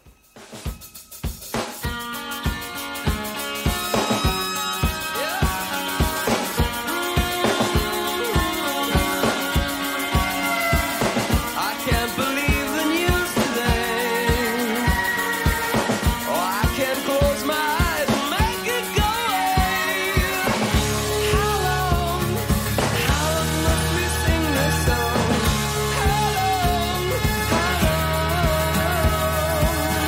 I can't believe the news today. Oh, I can't close my eyes and make it go away. How long, how long must we sing this song? How long, how long?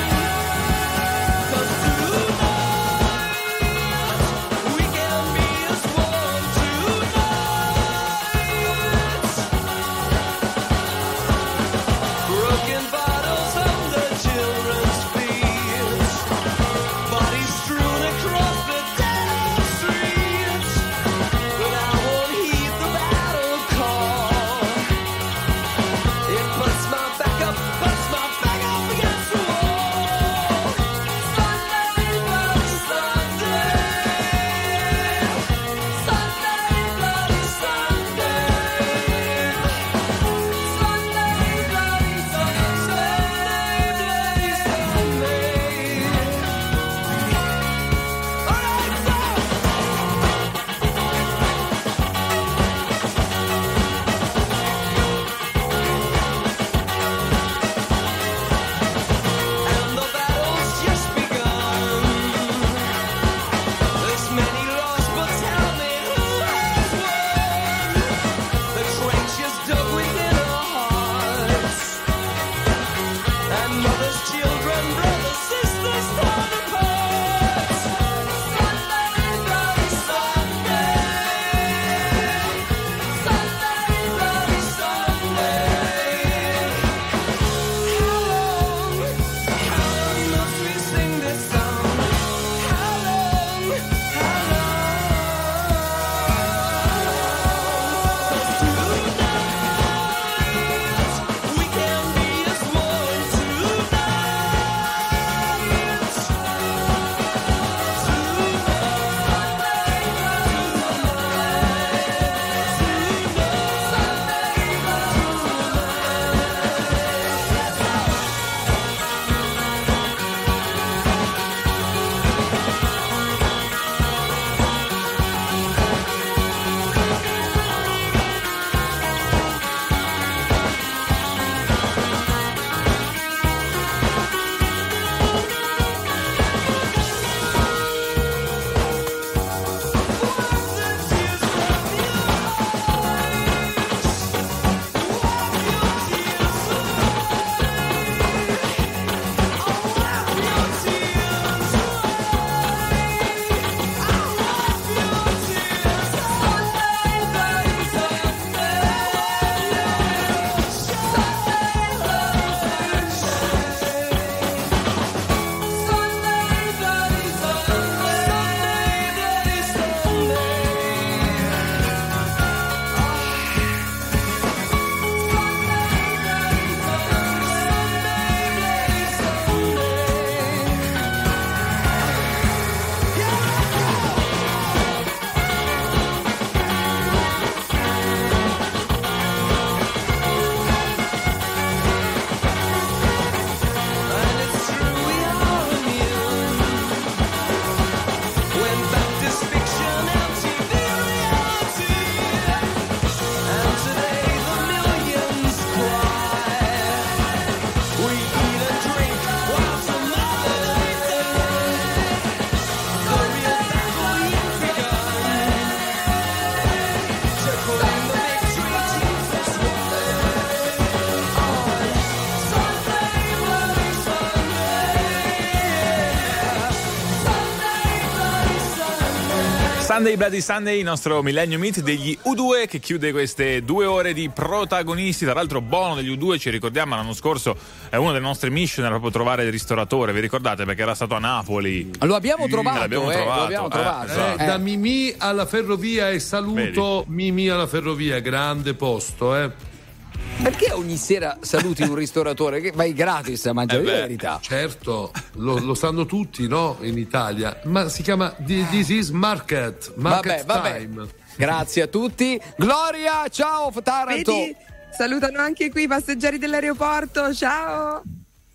Sunday Bloody Sunday, il nostro Millennium Meet degli U due che chiude queste due ore di protagonisti. Tra l'altro Bono degli U due, ci ricordiamo, l'anno scorso è una delle nostre mission era proprio trovare il ristoratore, vi ricordate? Perché era stato a Napoli. Lo abbiamo trovato, l'abbiamo eh, trovato, lo abbiamo eh, trovato. esatto. Eh, da Mimì alla ferrovia, e saluto Vedi. Mimì alla ferrovia, grande posto, eh. Perché ogni sera saluti un ristoratore? Che vai gratis a mangiare, Eh beh, la verità. Certo, lo, lo sanno tutti, no? In Italia. Ma si chiama This is Market. Market vabbè, Time. vabbè. Grazie a tutti. Gloria, ciao Taranto. Vedi? Salutano anche qui i passeggeri dell'aeroporto. Ciao.